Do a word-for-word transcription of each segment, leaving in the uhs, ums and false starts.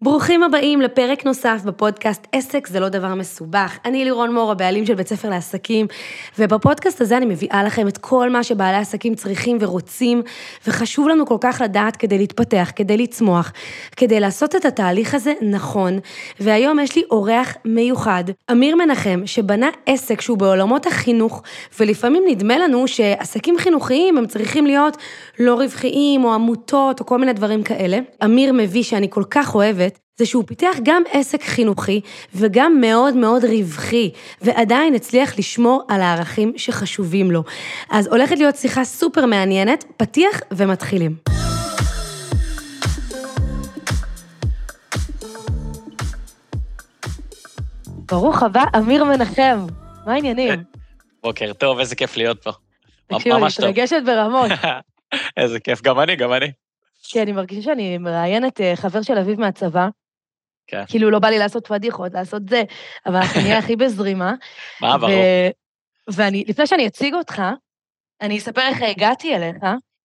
ברוכים הבאים לפרק נוסף בפודקאסט עסק זה לא דבר מסובך. אני לירון מור, הבעלים של בית ספר לעסקים, ובפודקאסט הזה אני מביאה לכם את כל מה שבעלי עסקים צריכים ורוצים, וחשוב לנו כל כך לדעת כדי להתפתח, כדי לצמוח, כדי לעשות את התהליך הזה נכון. והיום יש לי אורח מיוחד, אמיר מנחם, שבנה עסק שהוא בעולמות החינוך, ולפעמים נדמה לנו שעסקים חינוכיים הם צריכים להיות לא רווחיים או עמותות או כל מיני דברים כאלה. אמיר מביא שאני כל כך אוהבת, זה שהוא פיתח גם עסק חינוכי וגם מאוד מאוד רווחי, ועדיין הצליח לשמור על הערכים שחשובים לו. אז הולכת להיות שיחה סופר מעניינת, פתיח ומתחילים. ברוך הבא, אמיר מנחם. מה העניינים? בוקר טוב, איזה כיף להיות פה. תקשיבו, אני מתרגשת ברמות. איזה כיף, גם אני, גם אני. כי אני מרגישה שאני מראיינת חבר של אביב מהצבא, כן. כאילו לא בא לי לעשות פדיחות, לעשות זה, אבל אנחנו נהיה הכי בזרימה. מה, ברור. ואני, לפני שאני אציג אותך, אני אספר איך הגעתי אליך.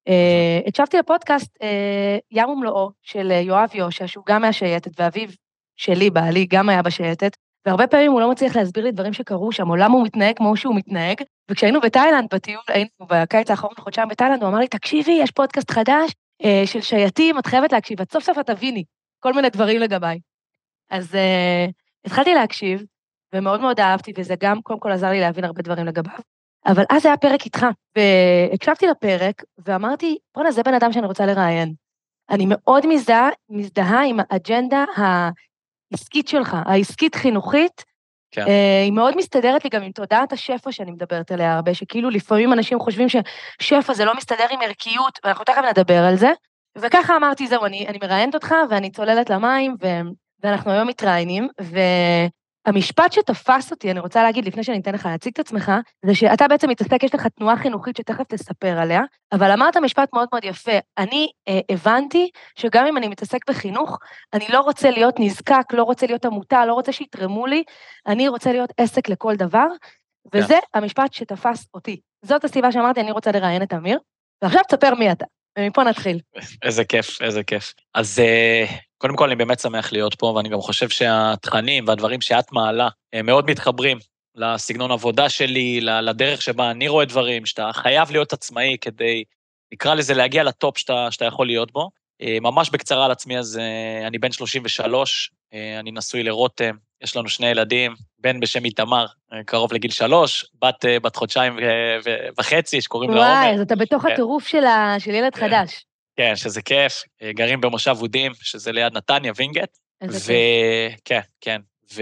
הקשבתי לפודקאסט ים ומלואו של יואב יושע, שהוא גם מהשייטת, ואביב שלי, בעלי, גם היה בשייטת, והרבה פעמים הוא לא מצליח להסביר לי דברים שקרו שם, עולם הוא מתנהג כמו שהוא מתנהג, וכשהיינו בתאילנד, בטיול, היינו בקיץ האחרון חודשיים בתאילנד, הוא אמר לי, תקשיבי, יש פודקאסט חדש של שייטים, את חייבת להקשיב, את סוף סוף את תביני כל מיני דברים לגביי. אז uh, התחלתי להקשיב, ומאוד מאוד אהבתי, וזה גם קודם כל עזר לי להבין הרבה דברים לגביו, אבל אז היה פרק איתך, והקשבתי לפרק, ואמרתי, בוא'נה, זה בן אדם שאני רוצה לראיין. אני מאוד מזדהה, מזדהה עם האג'נדה העסקית שלך, העסקית חינוכית, כן. uh, היא מאוד מסתדרת לי גם עם תודעת השפע שאני מדברת עליה הרבה, שכאילו לפעמים אנשים חושבים ששפע זה לא מסתדר עם ערכיות, ואנחנו תכף נדבר על זה, וככה אמרתי, זהו, אני, אני מראיינת אותך, ואני צוללת למים, ו... ואנחנו היום מתראיינים, והמשפט שתפס אותי, אני רוצה להגיד, לפני שאני אתן לך להציג את עצמך, זה שאתה בעצם מתעסק, יש לך תנועה חינוכית שתכף תספר עליה, אבל אמרת משפט מאוד מאוד יפה, אני אה, הבנתי שגם אם אני מתעסק בחינוך, אני לא רוצה להיות נזקק, לא רוצה להיות עמותה, לא רוצה שיתרמו לי, אני רוצה להיות עסק לכל דבר, וזה yeah. המשפט שתפס אותי. זאת הסיבה שאמרתי, אני רוצה לראיין את אמיר, ועכשיו תספר מי אתה, ומפה נתחיל. איזה כיף, איזה כיף. אז קודם כל אני באמת שמח להיות פה, ואני גם חושב שהתכנים והדברים שאת מעלה, הם מאוד מתחברים לסגנון עבודה שלי, לדרך שבה אני רואה דברים, שאתה חייב להיות עצמאי כדי, נקרא לזה, להגיע לטופ שאתה, שאתה יכול להיות בו. ממש בקצרה על עצמי, אז אני בן שלושים ושלוש, אני נשוי לרותם, יש לנו שני ילדים, בן בשם איתמר, קרוב לגיל שלוש, בת, בת חודשיים וחצי, שקוראים לה עומר. וואי, אז אתה בתוך הטירוף של ילד חדש. כן, שזה כיף, גרים במושב אודים, שזה ליד נתניה, וינגט. איזה כיף. כן, כן,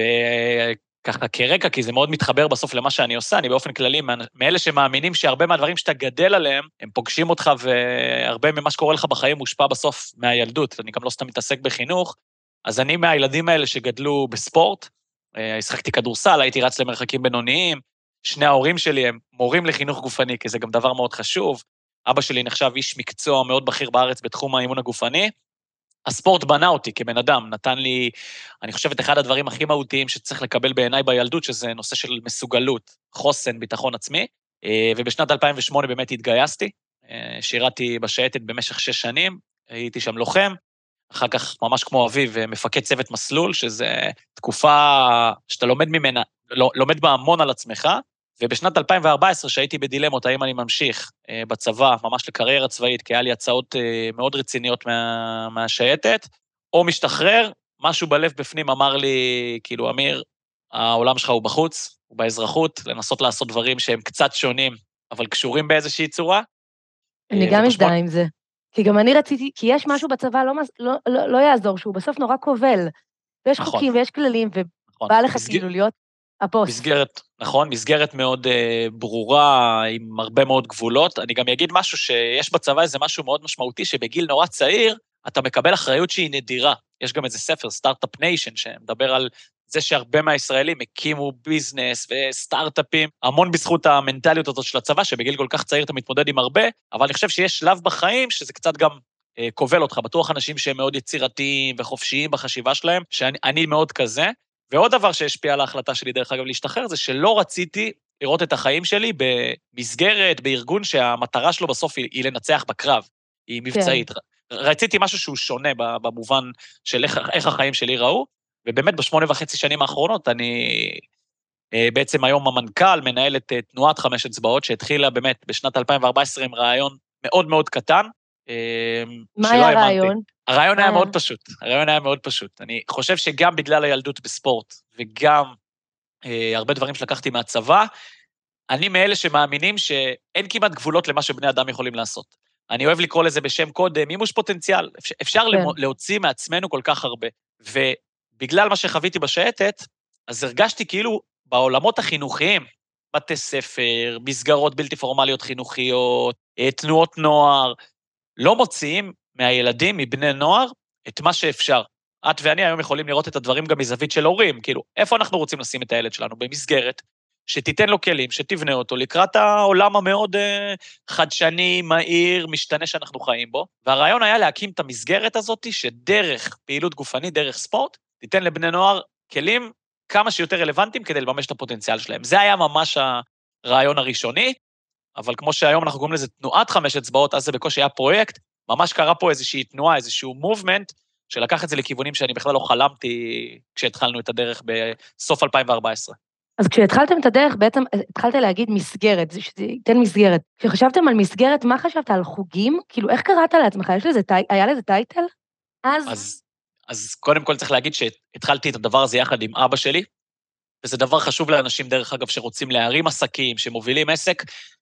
וככה כרקע, כי זה מאוד מתחבר בסוף למה שאני עושה, אני באופן כללי, מאלה שמאמינים שהרבה מהדברים שאתה גדל עליהם, הם פוגשים אותך, והרבה ממה שקורה לך בחיים מושפע בסוף מהילדות, אני גם לא סתם מתעסק בחינוך, אז אני מהילדים האלה שגדלו בספורט, השחקתי כדורסל, הייתי רץ למרחקים בינוניים, שני ההורים שלי הם מורים לחינוך גופני, כי זה גם דבר מאוד חשוב, אבא שלי נחשב איש מקצוע מאוד בכיר בארץ בתחום האימון הגופני, הספורט בנה אותי כבן אדם, נתן לי, אני חושב, את אחד הדברים הכי מהותיים שצריך לקבל בעיניי בילדות, שזה נושא של מסוגלות, חוסן, ביטחון עצמי, ובשנת אלפיים ושמונה באמת התגייסתי, שירתי בשייטת במשך שש שנים, הייתי שם לוחם, אחר כך ממש כמו אביב, מפקד צוות מסלול, שזה תקופה שאתה לומד ממנה, לומד בה המון על עצמך, ובשנת אלפיים וארבע עשרה שהייתי בדילמות, האם אני ממשיך בצבא, ממש לקריירה צבאית, כי היה לי הצעות מאוד רציניות מה, מהשייטת, או משתחרר, משהו בלב בפנים אמר לי, כאילו, אמיר, העולם שלך הוא בחוץ, הוא באזרחות, לנסות לעשות דברים שהם קצת שונים, אבל קשורים באיזושהי צורה. אני גם מזדהה עם זה. כי גם אני רציתי, כי יש משהו בצבא, לא, לא, לא, לא יעזור, שהוא בסוף נורא כובל, ויש נכון. חוקים ויש כללים, ובא נכון. לך מסג... כאילו להיות הבוס. מסגרת, נכון, מסגרת מאוד uh, ברורה, עם הרבה מאוד גבולות. אני גם אגיד משהו שיש בצבא, איזה משהו מאוד משמעותי, שבגיל נורא צעיר, אתה מקבל אחריות שהיא נדירה. יש גם איזה ספר, סטארט-אפ ניישן, שמדבר על זה שהרבה מהישראלים הקימו ביזנס וסטארט-אפים, המון בזכות המנטליות הזאת של הצבא, שבגיל כל כך צעיר אתה מתמודד עם הרבה, אבל אני חושב שיש שלב בחיים שזה קצת גם אה, כובל אותך, בטוח אנשים שהם מאוד יצירתיים וחופשיים בחשיבה שלהם, שאני מאוד כזה, ועוד דבר שהשפיע על ההחלטה שלי דרך אגב להשתחרר, זה שלא רציתי לראות את החיים שלי במסגרת, בארגון שהמטרה שלו בסוף היא, היא לנצח בקרב, היא מבצעית. כן. רציתי משהו שהוא שונה במובן של איך, איך החיים שלי ראו, ובאמת בשמונה וחצי שנים האחרונות אני בעצם היום המנכ"ל מנהל את תנועת חמש אצבעות, שהתחילה באמת בשנת אלפיים וארבע עשרה עם רעיון מאוד מאוד קטן, מה היה הרעיון? הרעיון היה מאוד פשוט, הרעיון היה מאוד פשוט. אני חושב שגם בגלל הילדות בספורט, וגם הרבה דברים שלקחתי מהצבא, אני מאלה שמאמינים שאין כמעט גבולות למה שבני אדם יכולים לעשות. אני אוהב לקרוא לזה בשם קוד מימוש פוטנציאל, אפשר כן. להוציא מעצמנו כל כך הרבה, ובגלל מה שחוויתי בשייטת, אז הרגשתי כאילו בעולמות החינוכיים, בתי ספר, מסגרות בלתי פורמליות חינוכיות, תנועות נוער, לא מוציאים מהילדים, מבני נוער, את מה שאפשר. את ואני היום יכולים לראות את הדברים גם מזווית של הורים, כאילו, איפה אנחנו רוצים לשים את הילד שלנו? במסגרת, שתיתן לו כלים, שתבנה אותו, לקראת העולם המאוד חדשני, מהיר, משתנה שאנחנו חיים בו, והרעיון היה להקים את המסגרת הזאת, שדרך פעילות גופנית, דרך ספורט, תיתן לבני נוער כלים כמה שיותר רלוונטיים, כדי לממש את הפוטנציאל שלהם. זה היה ממש הרעיון הראשוני, אבל כמו שהיום אנחנו קוראים לזה תנועת חמש אצבעות, אז זה בקושי היה פרויקט, ממש קרה פה איזושהי תנועה, איזשהו מובמנט, שלקח את זה לכיוונים שאני בכלל לא חלמתי כשהתחלנו את הדרך בסוף אלפיים וארבע עשרה. אז כשהתחלתם את הדרך, בעצם התחלת להגיד מסגרת, שזה ייתן מסגרת. כשחשבתם על מסגרת, מה חשבת? על חוגים? כאילו, איך קראת לעצמך? יש לזה, היה לזה טייטל? אז... אז, אז קודם כל צריך להגיד שהתחלתי את הדבר הזה יחד עם אבא שלי, וזה דבר חשוב לאנשים, דרך אגב, שרוצים להרים עסקים, שמובילים עסק.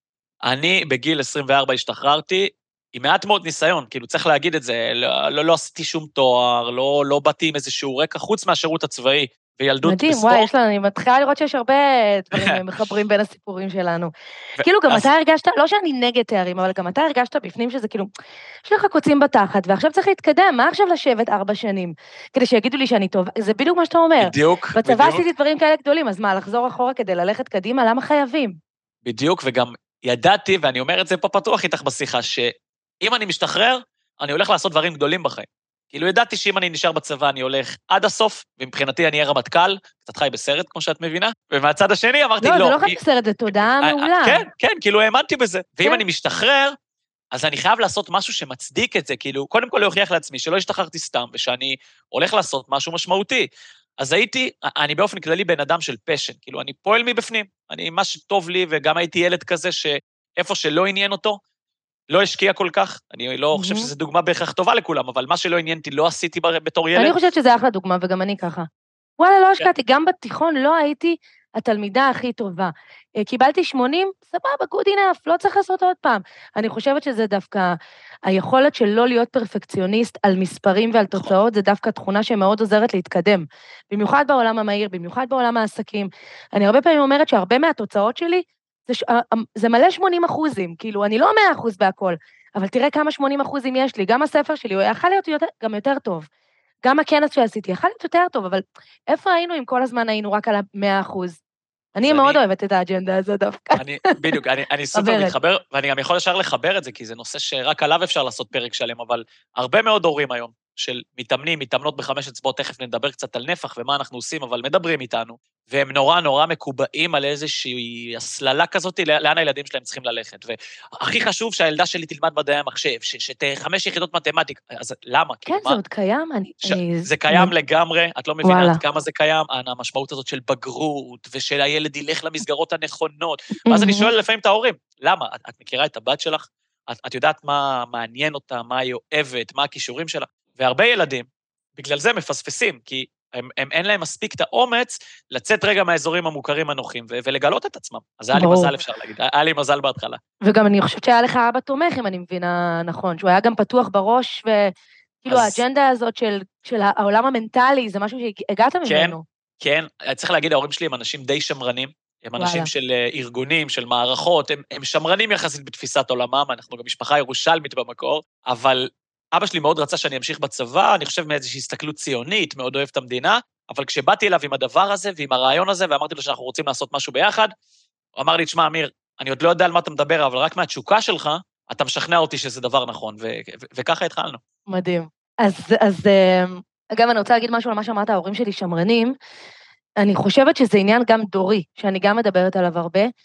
אני בגיל עשרים וארבע השתחררתי, עם מעט מאוד ניסיון, כאילו צריך להגיד את זה, לא, לא, לא עשיתי שום תואר, לא, לא באתי עם איזשהו רקע, חוץ מהשירות הצבאי, וילדות מדהים, בספורט. וואי, יש לנו, אני מתחילה לראות שיש הרבה דברים מחברים בין הסיפורים שלנו. כאילו, גם אתה הרגשת, לא שאני נגד תארים, אבל גם אתה הרגשת בפנים שזה כאילו, יש לך קוצים בתחת, ועכשיו צריך להתקדם, מה עכשיו לשבת ארבע שנים? כדי שיגידו לי שאני טוב, זה בדיוק מה שאתה אומר. בדיוק, בדיוק. בצבא עשיתי דברים כאלה גדולים, אז מה, לחזור אחורה כדי ללכת קדימה, למה חייבים? בדיוק, וגם ידעתי, ואני אומר את זה פה פתוח איתך בשיחה, שאם אני משתחרר, אני הולך לעשות דברים גדולים בחיים. כאילו, ידעתי שאם אני נשאר בצבא, אני הולך עד הסוף, ומבחינתי אני אהיה רמטכ"ל, קצת חי בסרט, כמו שאת מבינה, ומהצד השני אמרתי, לא. לא, זה לא חי בסרט, זה תודעה מעולה. כן, כן, כאילו, האמנתי בזה. ואם אני משתחרר, אז אני חייב לעשות משהו שמצדיק את זה, כאילו, קודם כל להוכיח לעצמי שלא השתחררתי סתם, ושאני הולך לעשות משהו משמעותי. אז הייתי, אני באופן כללי בן אדם של פשן, כאילו, אני פועל מבפנים, אני, מה שטוב לי, וגם הייתי ילד כזה שאיפה שלא עניין אותו, לא השקיע כל כך, אני לא חושב שזו דוגמה בהכרח טובה לכולם, אבל מה שלא עניינתי לא עשיתי בתור ילד. אני חושבת שזה אחלה דוגמה, וגם אני ככה. וואלה, לא השקעתי, גם בתיכון לא הייתי התלמידה הכי טובה. קיבלתי שמונים, סבבה, good enough, לא צריך לעשות עוד פעם. אני חושבת שזה דווקא, היכולת של לא להיות פרפקציוניסט על מספרים ועל תוצאות, זה דווקא תכונה שמאוד עוזרת להתקדם. במיוחד בעולם המהיר, במיוחד בעולם העסקים. אני הרבה פעמים אומרת שהרבה מהתוצאות שלי, זה, זה מלא שמונים אחוזים, כאילו, אני לא מאה אחוז בהכל, אבל תראה כמה שמונים אחוזים יש לי, גם הספר שלי, הוא יכול להיות יותר, גם יותר טוב. גם הכנס שעשיתי, יכול להיות יותר טוב, אבל איפה היינו אם כל הזמן היינו רק על ה-מאה אחוז? אני מאוד אוהבת את האג'נדה הזאת דווקא. בדיוק, אני סופר מתחבר, ואני גם יכול ישר לחבר את זה, כי זה נושא שרק עליו אפשר לעשות פרק שלם, אבל הרבה מאוד הורים היום, של מתאמנים, מתאמנות בחמש אצבעות, תכף נדבר קצת על נפח ומה אנחנו עושים, אבל מדברים איתנו, והם נורא נורא מקובעים על איזושהי הסללה כזאת, לאן הילדים שלהם צריכים ללכת. והכי חשוב שהילדה שלי תלמד מדעי המחשב, שחמש יחידות מתמטיקה, אז למה? כן, זה עוד קיים. זה קיים לגמרי, את לא מבינה עד כמה זה קיים, המשמעות הזאת של בגרות, ושל הילד ילך למסגרות הנכונות, ואז אני שואל לפעמים את ההורים, למה? את מכירה את הבת שלך? את יודעת מה מעניין אותה, מה היא אוהבת, מה הכישורים שלה? והרבה ילדים, בגלל זה מפספסים, כי הם, הם אין להם מספיק את האומץ לצאת רגע מהאזורים המוכרים הנוחים, ו- ולגלות את עצמם. אז היה לי מזל, אפשר להגיד, היה לי מזל בהתחלה. וגם אני חושבת שהיה לך אבא תומך, אם אני מבינה נכון, שהוא היה גם פתוח בראש, וכאילו אז... האג'נדה הזאת של, של העולם המנטלי, זה משהו שהגעת ממנו. כן, כן, צריך להגיד, ההורים שלי הם אנשים די שמרנים, הם אנשים וואלה. של ארגונים, של מערכות, הם, הם שמרנים יחסית בתפיסת עולמם, אנחנו גם משפחה ירושלמית במקור, אבל אבא שלי מאוד רצה שאני אמשיך בצבא, אני חושב מאיזושהי הסתכלות ציונית, מאוד אוהב את המדינה, אבל כשבאתי אליו עם הדבר הזה ועם הרעיון הזה, ואמרתי לו שאנחנו רוצים לעשות משהו ביחד, הוא אמר לי, תשמע, אמיר, אני עוד לא יודע על מה אתה מדבר, אבל רק מהתשוקה שלך, אתה משכנע אותי שזה דבר נכון, ו- ו- וככה התחלנו. מדהים. אז, אז אגב, אני רוצה להגיד משהו על מה שאמרת, ההורים שלי שמרנים, אני חושבת שזה עניין גם דורי, שאני גם מדברת עליו הרבה,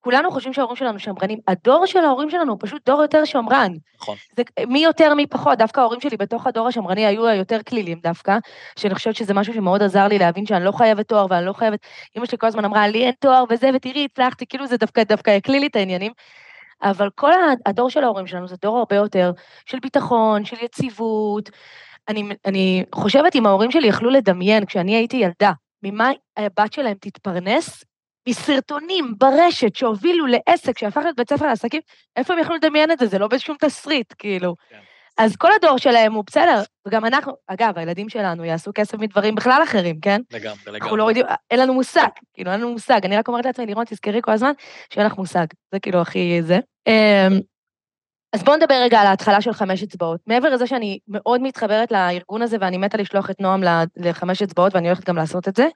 כולנו חושבים שההורים שלנו שמרנים, הדור של ההורים שלנו הוא פשוט דור יותר שמרן. נכון. זה, מי יותר מי פחות, דווקא ההורים שלי בתוך הדור השמרני היו היותר כלילים דווקא, שאני חושבת שזה משהו שמאוד עזר לי להבין שאני לא חייבת תואר ואני לא חייבת, אמא שלי כל הזמן אמרה לי אין תואר וזה ותראי הצלחתי, כאילו זה דווקא דווקא יקליל לי את העניינים, אבל כל הדור של ההורים שלנו זה דור הרבה יותר של ביטחון, של יציבות. אני, אני חושבת אם ההורים שלי יכלו לדמיין כשאני הייתי ילדה, ממה הבת שלהם תתפרנס, מסרטונים ברשת שהובילו לעסק שהפך להיות בית ספר לעסקים, איפה הם יכלו לדמיין את זה? זה לא בשום תסריט, כאילו. כן. אז כל הדור שלהם הוא בסדר, וגם אנחנו, אגב, הילדים שלנו יעשו כסף מדברים בכלל אחרים, כן? לגמרי, לגמרי. אנחנו לא יודעים, אין לנו מושג, כאילו, אין לנו מושג. אני רק אומרת לעצמי, לירון, תזכרי כל הזמן, שאין לך מושג. זה כאילו הכי זה. אז בואו נדבר רגע על ההתחלה של חמש אצבעות. מעבר לזה שאני מאוד מתחברת לארגון הזה, ואני מתה לשלוח את נועם לחמש אצבעות, ואני הולכת גם לעשות את זה.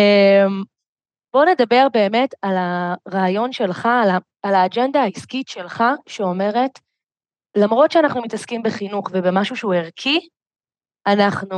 בואו נדבר באמת על הרעיון שלך, על, ה, על האג'נדה העסקית שלך, שאומרת, למרות שאנחנו מתעסקים בחינוך ובמשהו שהוא ערכי, אנחנו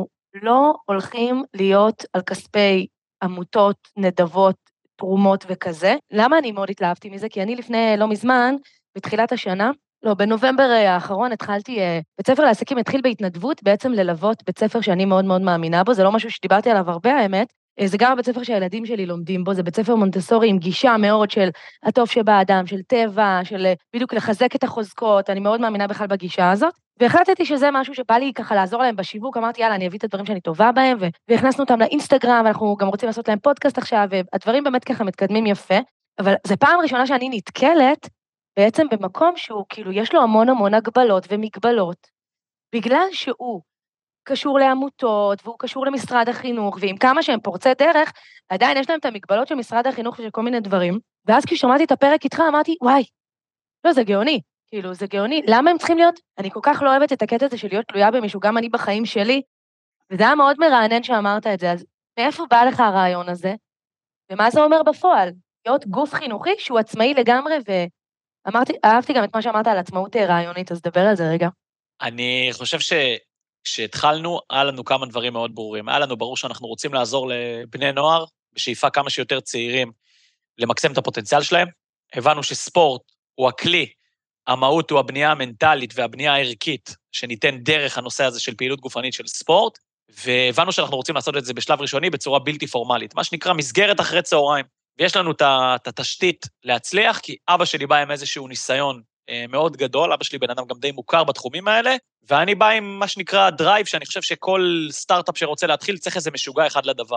לא הולכים להיות על כספי עמותות, נדבות, תרומות וכזה. למה אני מאוד התלהבתי מזה? כי אני לפני לא מזמן, בתחילת השנה, לא, בנובמבר האחרון התחלתי, בית ספר לעסקים התחיל בהתנדבות, בעצם ללוות בית ספר שאני מאוד מאוד מאמינה בו, זה לא משהו שדיברתי עליו הרבה האמת, זה גם הבית ספר שהילדים שלי לומדים בו, זה בית ספר מונטסורי עם גישה מאוד של הטוב שבאדם, של טבע, של בדיוק לחזק את החוזקות, אני מאוד מאמינה בכלל בגישה הזאת, והחלטתי שזה משהו שבא לי ככה לעזור להם בשיווק, אמרתי יאללה אני אביא את הדברים שאני טובה בהם, והכנסנו אותם לאינסטגרם, ואנחנו גם רוצים לעשות להם פודקאסט עכשיו, והדברים באמת ככה מתקדמים יפה, אבל זה פעם ראשונה שאני נתקלת, בעצם במקום שהוא כאילו יש לו המון המון הגבלות ומגבלות, בגלל שהוא קשור לעמותות, והוא קשור למשרד החינוך, ועם כמה שהם פורצי דרך, עדיין יש להם את המגבלות של משרד החינוך ושל כל מיני דברים, ואז כששמעתי את הפרק איתך, אמרתי, וואי, לא, זה גאוני, כאילו, זה גאוני, למה הם צריכים להיות? אני כל כך לא אוהבת את הקטע הזה של להיות תלויה במישהו, גם אני בחיים שלי, וזה היה מאוד מרענן שאמרת את זה, אז מאיפה בא לך הרעיון הזה? ומה זה אומר בפועל? להיות גוף חינוכי שהוא עצמאי לגמרי, ואמרתי, אהבתי גם את מה שאמרת על עצמאות רעיונית, אז דבר על זה רגע. אני חושב ש... כשהתחלנו, היה לנו כמה דברים מאוד ברורים. היה לנו ברור שאנחנו רוצים לעזור לבני נוער, בשאיפה כמה שיותר צעירים, למקסם את הפוטנציאל שלהם. הבנו שספורט הוא הכלי, המהות הוא הבנייה המנטלית והבנייה הערכית, שניתן דרך הנושא הזה של פעילות גופנית של ספורט, והבנו שאנחנו רוצים לעשות את זה בשלב ראשוני, בצורה בלתי פורמלית, מה שנקרא מסגרת אחרי צהריים. ויש לנו את התשתית להצליח, כי אבא שלי בא עם איזשהו ניסיון, מאוד גדול, אבא שלי בן אדם גם די מוכר בתחומים האלה, ואני בא עם מה שנקרא דרייב, שאני חושב שכל סטארט-אפ שרוצה להתחיל, צריך איזה משוגע אחד לדבר.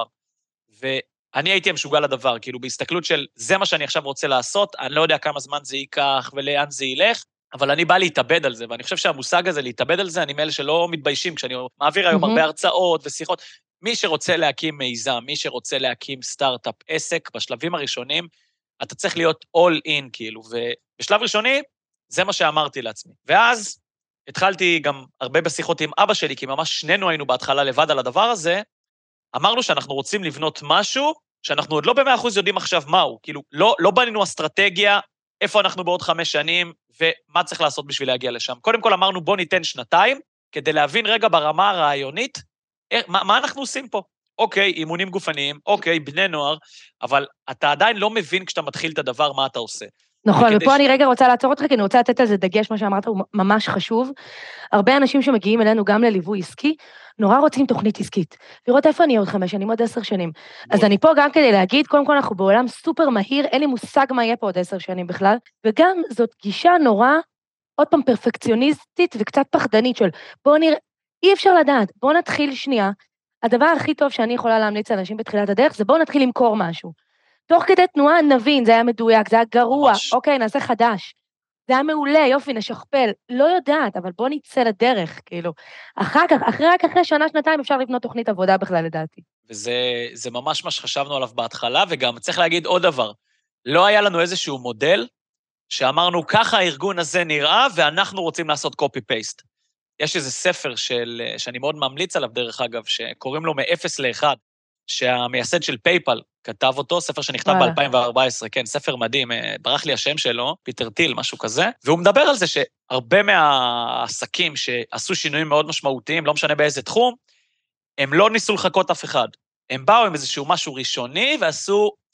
ואני הייתי המשוגע לדבר, כאילו בהסתכלות של זה מה שאני עכשיו רוצה לעשות, אני לא יודע כמה זמן זה ייקח ולאן זה ילך, אבל אני בא להתאבד על זה, ואני חושב שהמושג הזה, להתאבד על זה, אני מאלה שלא מתביישים, כשאני מעביר היום הרבה הרצאות ושיחות, מי שרוצה להקים מיזם, מי שרוצה להקים סטארט-אפ, עסק, בשלבים הראשונים, אתה צריך להיות all in, כאילו, ובשלב ראשוני, זה מה שאמרתי לעצמי. ואז התחלתי גם הרבה בשיחות עם אבא שלי, כי ממש שנינו היינו בהתחלה לבד על הדבר הזה, אמרנו שאנחנו רוצים לבנות משהו, שאנחנו עוד לא במאה אחוז יודעים עכשיו מהו, כאילו, לא, לא בנינו אסטרטגיה, איפה אנחנו בעוד חמש שנים, ומה צריך לעשות בשביל להגיע לשם. קודם כל אמרנו, בוא ניתן שנתיים, כדי להבין רגע ברמה הרעיונית, מה, מה אנחנו עושים פה? אוקיי, אימונים גופניים, אוקיי, בני נוער, אבל אתה עדיין לא מבין כשאתה מתחיל את הדבר, מה אתה עושה. נכון, ופה אני רגע רוצה לעצור אותך, כי אני רוצה לתת איזה דגש, מה שאמרת הוא ממש חשוב. הרבה אנשים שמגיעים אלינו גם לליווי עסקי, נורא רוצים תוכנית עסקית. לראות איפה אני עוד חמש שנים, עוד עשר שנים. אז אני פה גם כדי להגיד, קודם כל אנחנו בעולם סופר מהיר, אין לי מושג מה יהיה פה עוד עשר שנים בכלל, וגם זאת גישה נורא, עוד פעם פרפקציוניסטית וקצת פחדנית של, בואו נראה, אי אפשר לדעת, בואו נתחיל שנייה. הדבר הכי טוב שאני יכולה להמליץ לאנשים בתחילת הדרך, זה בואו נתחיל למכור משהו. תוך כדי תנועה נבין, זה היה מדויק, זה היה גרוע, ממש. אוקיי, נעשה חדש. זה היה מעולה, יופי, נשכפל. לא יודעת, אבל בוא נצא לדרך, כאילו. אחר כך, אחרי רק אחרי שנה, שנתיים, אפשר לבנות תוכנית עבודה בכלל, לדעתי. וזה זה ממש מה שחשבנו עליו בהתחלה, וגם צריך להגיד עוד דבר. לא היה לנו איזשהו מודל, שאמרנו, ככה הארגון הזה נראה, ואנחנו רוצים לעשות קופי-פייסט. יש איזה ספר של, שאני מאוד ממליץ עליו, דרך אגב, שקוראים לו מאפס לאחד, שהמייסד של פייפל כתב אותו, ספר שנכתב ב-אלפיים וארבע עשרה, כן, ספר מדהים, ברח לי השם שלו, פיטר טיל, משהו כזה, והוא מדבר על זה שהרבה מהעסקים שעשו שינויים מאוד משמעותיים, לא משנה באיזה תחום, הם לא ניסו לחכות אף אחד. הם באו עם איזשהו משהו ראשוני, ועשו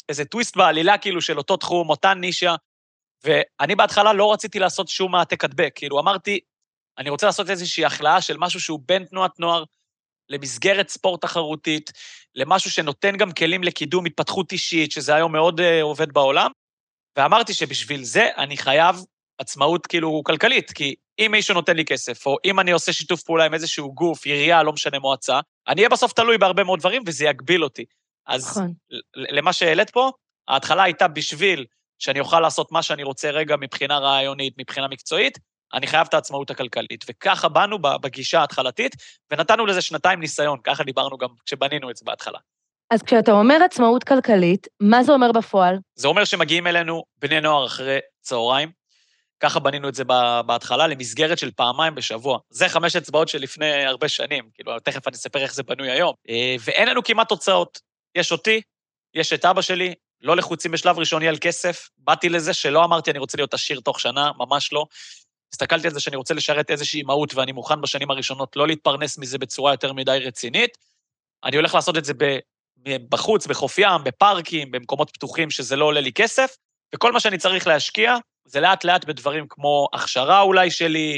איזה טוויסט בעלילה, כאילו, של אותו תחום, אותה נישה, ואני בהתחלה לא רציתי לעשות שום העתק הדבק, כאילו, אמרתי, אני רוצה לעשות איזושהי החלאה של משהו שהוא בין תנועת נוער, למסגרת ספורט תחרותית, למשהו שנותן גם כלים לקידום התפתחות אישית, שזה היום מאוד uh, עובד בעולם, ואמרתי שבשביל זה אני חייב עצמאות כאילו כלכלית, כי אם מישהו נותן לי כסף, או אם אני עושה שיתוף פעולה עם איזשהו גוף, עירייה, לא משנה מועצה, אני אהיה בסוף תלוי בהרבה מאוד דברים, וזה יגביל אותי. אז נכון. למה שהעלית פה, ההתחלה הייתה בשביל שאני אוכל לעשות מה שאני רוצה רגע מבחינה רעיונית, מבחינה מקצועית, אני חייב את העצמאות הכלכלית, וככה באנו בגישה ההתחלתית, ונתנו לזה שנתיים ניסיון, ככה דיברנו גם כשבנינו את זה בהתחלה. אז כשאתה אומר עצמאות כלכלית, מה זה אומר בפועל? זה אומר שמגיעים אלינו בני נוער אחרי צהריים, ככה בנינו את זה בהתחלה, למסגרת של פעמיים בשבוע. זה חמש אצבעות של לפני הרבה שנים, כאילו, תכף אני אספר איך זה בנוי היום. ואין לנו כמעט תוצאות. יש אותי, יש את אבא שלי, לא לחוצים בשלב ראשוני על כסף, באתי לזה שלא אמרתי אני רוצה להיות עשיר תוך שנה, ממש לא. הסתכלתי על זה שאני רוצה לשרת איזושהי מהות, ואני מוכן בשנים הראשונות לא להתפרנס מזה בצורה יותר מדי רצינית. אני הולך לעשות את זה בחוץ, בחוף ים, בפארקים, במקומות פתוחים שזה לא עולה לי כסף, וכל מה שאני צריך להשקיע, זה לאט לאט בדברים כמו הכשרה אולי שלי,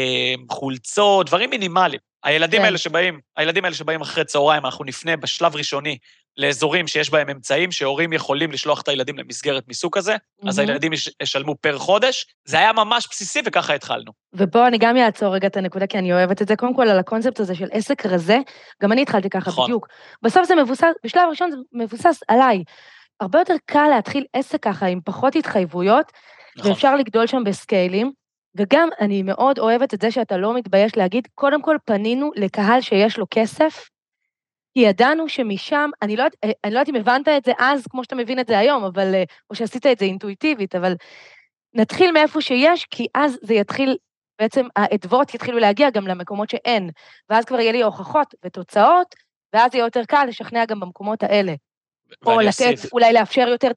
חולצות, דברים מינימליים. הילדים האלה שבאים, הילדים האלה שבאים אחרי צהריים, אנחנו נפנה בשלב ראשוני לאזורים שיש בהם אמצעים, שהורים יכולים לשלוח את הילדים למסגרת מסוג הזה, אז הילדים ישלמו פר חודש. זה היה ממש בסיסי, וככה התחלנו. ופה אני גם יעצור רגע את הנקודה, כי אני אוהבת את זה, קודם כל על הקונספט הזה של עסק רזה, גם אני התחלתי ככה בדיוק. בסוף זה מבוסס, בשלב הראשון זה מבוסס עליי. הרבה יותר קל להתחיל עסק ככה, עם פחות התחייבויות, ואפשר לגדול שם בסקיילים, וגם אני מאוד אוהבת את זה שאתה לא מתבייש להגיד, קודם כל פנינו לקהל שיש לו כסף, כי ידענו שמשם, אני לא, אני לא יודעת אם הבנת את זה אז, כמו שאתה מבין את זה היום, אבל, או שעשית את זה אינטואיטיבית, אבל נתחיל מאיפה שיש, כי אז זה יתחיל, בעצם העדבות יתחילו להגיע גם למקומות שאין, ואז כבר יהיה לי הוכחות ותוצאות, ואז יהיה יותר קל לשכנע גם במקומות האלה. או לתת, אולי לאפשר יותר,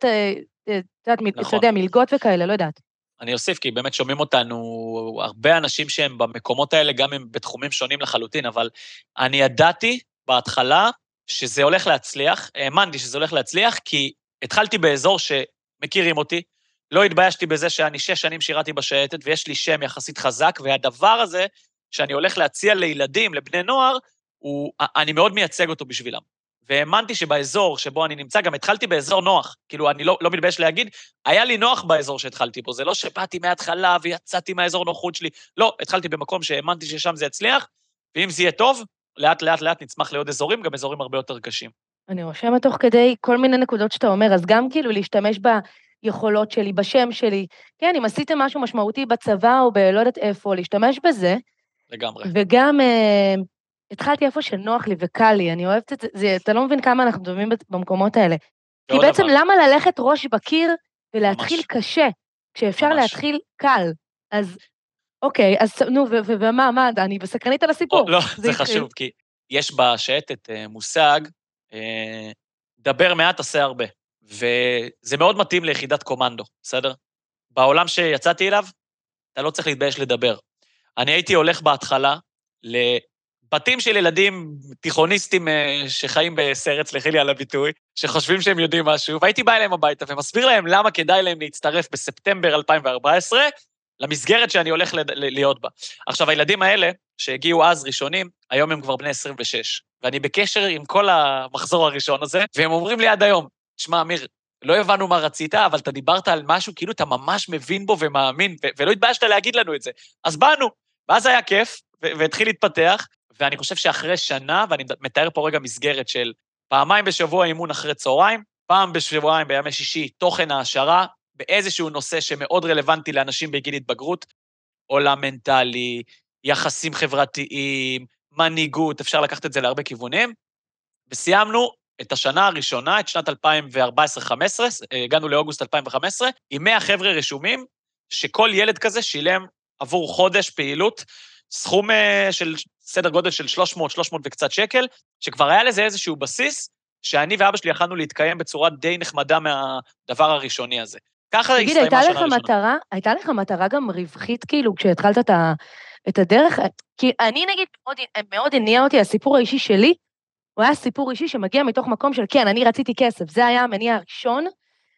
אתה יודע, מלגות וכאלה, לא יודעת. אני אוסיף, כי באמת שומעים אותנו הרבה אנשים שהם במקומות האלה, גם הם בתחומים שונים לחלוטין, אבל אני ידעתי בהתחלה שזה הולך להצליח, האמנתי שזה הולך להצליח, כי התחלתי באזור שמכירים אותי, לא התביישתי בזה שאני שש שנים שירתי בשייטת, ויש לי שם יחסית חזק, והדבר הזה שאני הולך להציע לילדים, לבני נוער, הוא, אני מאוד מייצג אותו בשבילם. והאמנתי שבאזור שבו אני נמצא, גם התחלתי באזור נוח, כאילו אני לא, לא מתבייש להגיד, היה לי נוח באזור שהתחלתי בו, זה לא שבאתי מההתחלה ויצאתי מהאזור נוחות שלי, לא, התחלתי במקום שהאמנתי ששם זה יצליח, ואם זה יהיה טוב, לאט לאט לאט נצמח לעוד אזורים, גם אזורים הרבה יותר קשים. אני רושמת תוך כדי כל מיני נקודות שאתה אומר, אז גם כאילו להשתמש ביכולות שלי, בשם שלי, כן, אם עשיתם משהו משמעותי בצבא או בלא יודעת איפה, להשתמש בזה, לגמרי. וגם אה, התחלתי איפה שנוח לי וקל לי, אני אוהבת את זה, אתה לא מבין כמה אנחנו דומים במקומות האלה. כי בעצם דבר. למה ללכת ראש בקיר ולהתחיל ממש. קשה, כשאפשר ממש. להתחיל קל, אז אוקיי, אז נו, ומה, מה, אני בסקרנית על הסיפור. או, לא, זה, זה חשוב, כי יש בשייטת מושג, דבר מעט, עשה הרבה, וזה מאוד מתאים ליחידת קומנדו, בסדר? בעולם שיצאתי אליו, אתה לא צריך להתבייש לדבר. אני הייתי הולך בהתחלה לבתים של ילדים תיכוניסטים שחיים בסרט, סליחי לי על הביטוי, שחושבים שהם יודעים משהו, והייתי בא אליהם הביתה ומסביר להם למה כדאי להם להצטרף בספטמבר אלפיים וארבע עשרה, למסגרת שאני הולך להיות בה. עכשיו, הילדים האלה, שהגיעו אז ראשונים, היום הם כבר בני עשרים ושש, ואני בקשר עם כל המחזור הראשון הזה, והם אומרים לי עד היום, תשמע, אמיר, לא הבנו מה רצית, אבל אתה דיברת על משהו, כאילו אתה ממש מבין בו ומאמין, ו- ולא התביישת להגיד לנו את זה. אז באנו, ואז היה כיף, ו- והתחיל להתפתח, ואני חושב שאחרי שנה, ואני מתאר פה רגע מסגרת של פעמיים בשבוע אימון אחרי צהריים, פעם בשבועיים בימי שישי, תוכן העשרה, באיזשהו נושא שמאוד רלוונטי לאנשים בגיל התבגרות, עולם מנטלי, יחסים חברתיים, מנהיגות, אפשר לקחת את זה להרבה כיוונים, וסיימנו את השנה הראשונה, את שנת אלפיים וארבע עשרה חמש עשרה, הגענו לאוגוסט אלפיים וחמש עשרה, עם מאה חבר'ה רשומים, שכל ילד כזה שילם עבור חודש פעילות, סכום של סדר גודל של שלוש מאות, שלוש מאות וקצת שקל, שכבר היה לזה איזשהו בסיס, שאני ואבא שלי יכלנו להתקיים בצורה די נחמדה מהדבר הראשוני הזה. ככה תגיד, הייתה לך מטרה, הייתה לך מטרה גם רווחית, כאילו, כשהתחלת את, ה, את הדרך? כי אני נגיד, מאוד, מאוד הניע אותי, הסיפור האישי שלי, הוא היה סיפור אישי שמגיע מתוך מקום של, כן, אני רציתי כסף, זה היה המניע הראשון,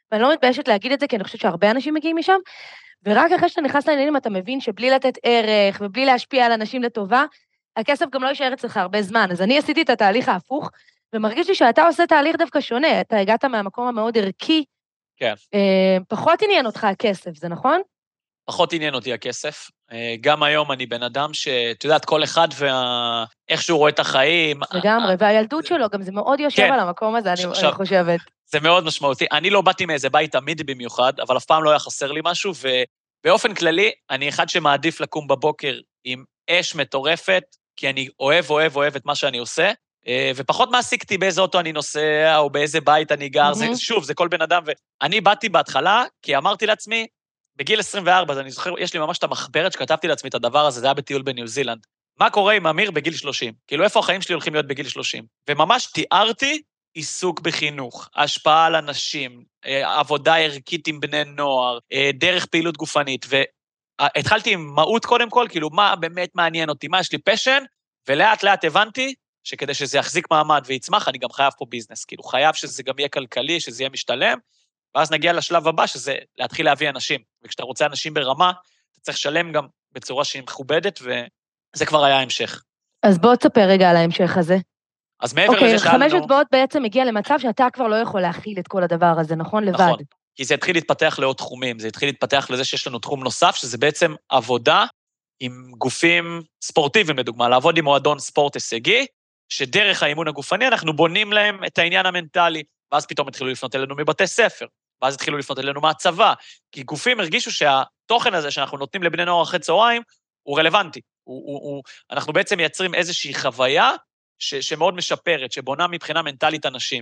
ואני לא מתביישת להגיד את זה, כי אני חושבת שהרבה אנשים מגיעים משם, ורק אחרי שאתה נכנס לעניינים, אתה מבין שבלי לתת ערך, ובלי להשפיע על אנשים לטובה, הכסף גם לא יישאר אצלך הרבה זמן. אז אני עשיתי את התהליך ההפוך, ומרגיש לי שאתה עושה תהליך דווקא שונה, אתה הגעת מהמקום המאוד ערכי, כן. פחות עניין אותך הכסף, זה נכון? פחות עניין אותי הכסף. גם היום אני בן אדם שאת יודעת, כל אחד ואיך שהוא רואה את החיים. לגמרי, והילדות שלו, גם זה מאוד יושב על המקום הזה, אני חושבת. זה מאוד משמעותי. אני לא באתי מאיזה בית תמיד במיוחד, אבל אף פעם לא היה חסר לי משהו, ובאופן כללי, אני אחד שמעדיף לקום בבוקר עם אש מטורפת, כי אני אוהב, אוהב, אוהב את מה שאני עושה, ופחות מעסיקתי באיזה אוטו אני נוסע, או באיזה בית אני גר, זה, שוב, זה כל בן אדם, ואני באתי בהתחלה, כי אמרתי לעצמי, בגיל עשרים וארבע, אז אני זוכר, יש לי ממש את המחברת שכתבתי לעצמי את הדבר הזה, זה היה בטיול בניו זילנד. מה קורה עם אמיר בגיל שלושים? כאילו, איפה החיים שלי הולכים להיות בגיל שלושים? וממש תיארתי עיסוק בחינוך, השפעה על אנשים, עבודה ערכית עם בני נוער, דרך פעילות גופנית, והתחלתי עם מהות קודם כל, כאילו, מה באמת מעניין אותי, מה יש לי פשן, ולאט לאט הבנתי שכדי שזה יחזיק מעמד ויצמח, אני גם חייב פה ביזנס, כאילו, חייב שזה גם יהיה כלכלי, שזה יהיה משתלם, ואז נגיע לשלב הבא, שזה להתחיל להביא אנשים, וכשאתה רוצה אנשים ברמה, אתה צריך לשלם גם בצורה שהיא מכובדת, וזה כבר היה המשך. אז בוא תספר רגע על ההמשך הזה. אז מעבר לזה שאלנו... אוקיי, חמש אצבעות בעצם הגיע למצב שאתה כבר לא יכול להכיל את כל הדבר הזה, נכון? לבד. נכון, כי זה התחיל להתפתח לעוד תחומים, זה התחיל להתפתח לזה שיש לנו תחום נוסף, שזה בעצם עבודה עם גופים ספורטיביים, לדוגמה, לעבוד עם מועדון ספורט הישגי, שדרך האימון הגופני אנחנו בונים להם את העניין המנטלי, ואז פתאום התחילו לפנות אלינו מבתי ספר, ואז התחילו לפנות אלינו מהצבא, כי גופים הרגישו שהתוכן הזה שאנחנו נותנים לבני נוער אחרי צהריים, הוא רלוונטי. הוא, הוא, הוא, אנחנו בעצם מייצרים איזושהי חוויה ש, שמאוד משפרת, שבונה מבחינה מנטלית אנשים.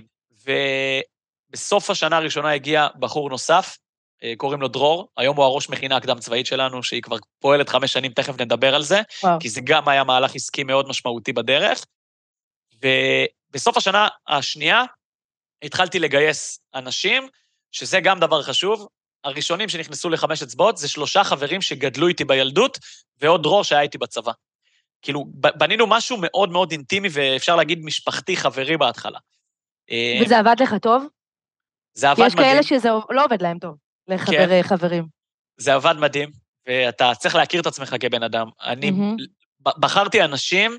ובסוף השנה הראשונה הגיע בחור נוסף, קוראים לו דרור, היום הוא הראש מכינה הקדם צבאית שלנו, שהיא כבר פועלת חמש שנים, תכף נדבר על זה, וואו. כי זה גם היה מהלך עסקי מאוד משמעותי בדרך. ובסוף השנה השנייה, התחלתי לגייס אנשים, שזה גם דבר חשוב, הראשונים שנכנסו לחמש אצבעות, זה שלושה חברים שגדלו איתי בילדות, ועוד דרור שהיה איתי בצבא. כאילו, בנינו משהו מאוד מאוד אינטימי, ואפשר להגיד משפחתי חברי בהתחלה. וזה עבד לך טוב? זה עבד מדהים. יש כאלה שזה לא עובד להם טוב, לחברי חברים. זה עבד מדהים, ואתה צריך להכיר את עצמך כבן אדם. אני בחרתי אנשים,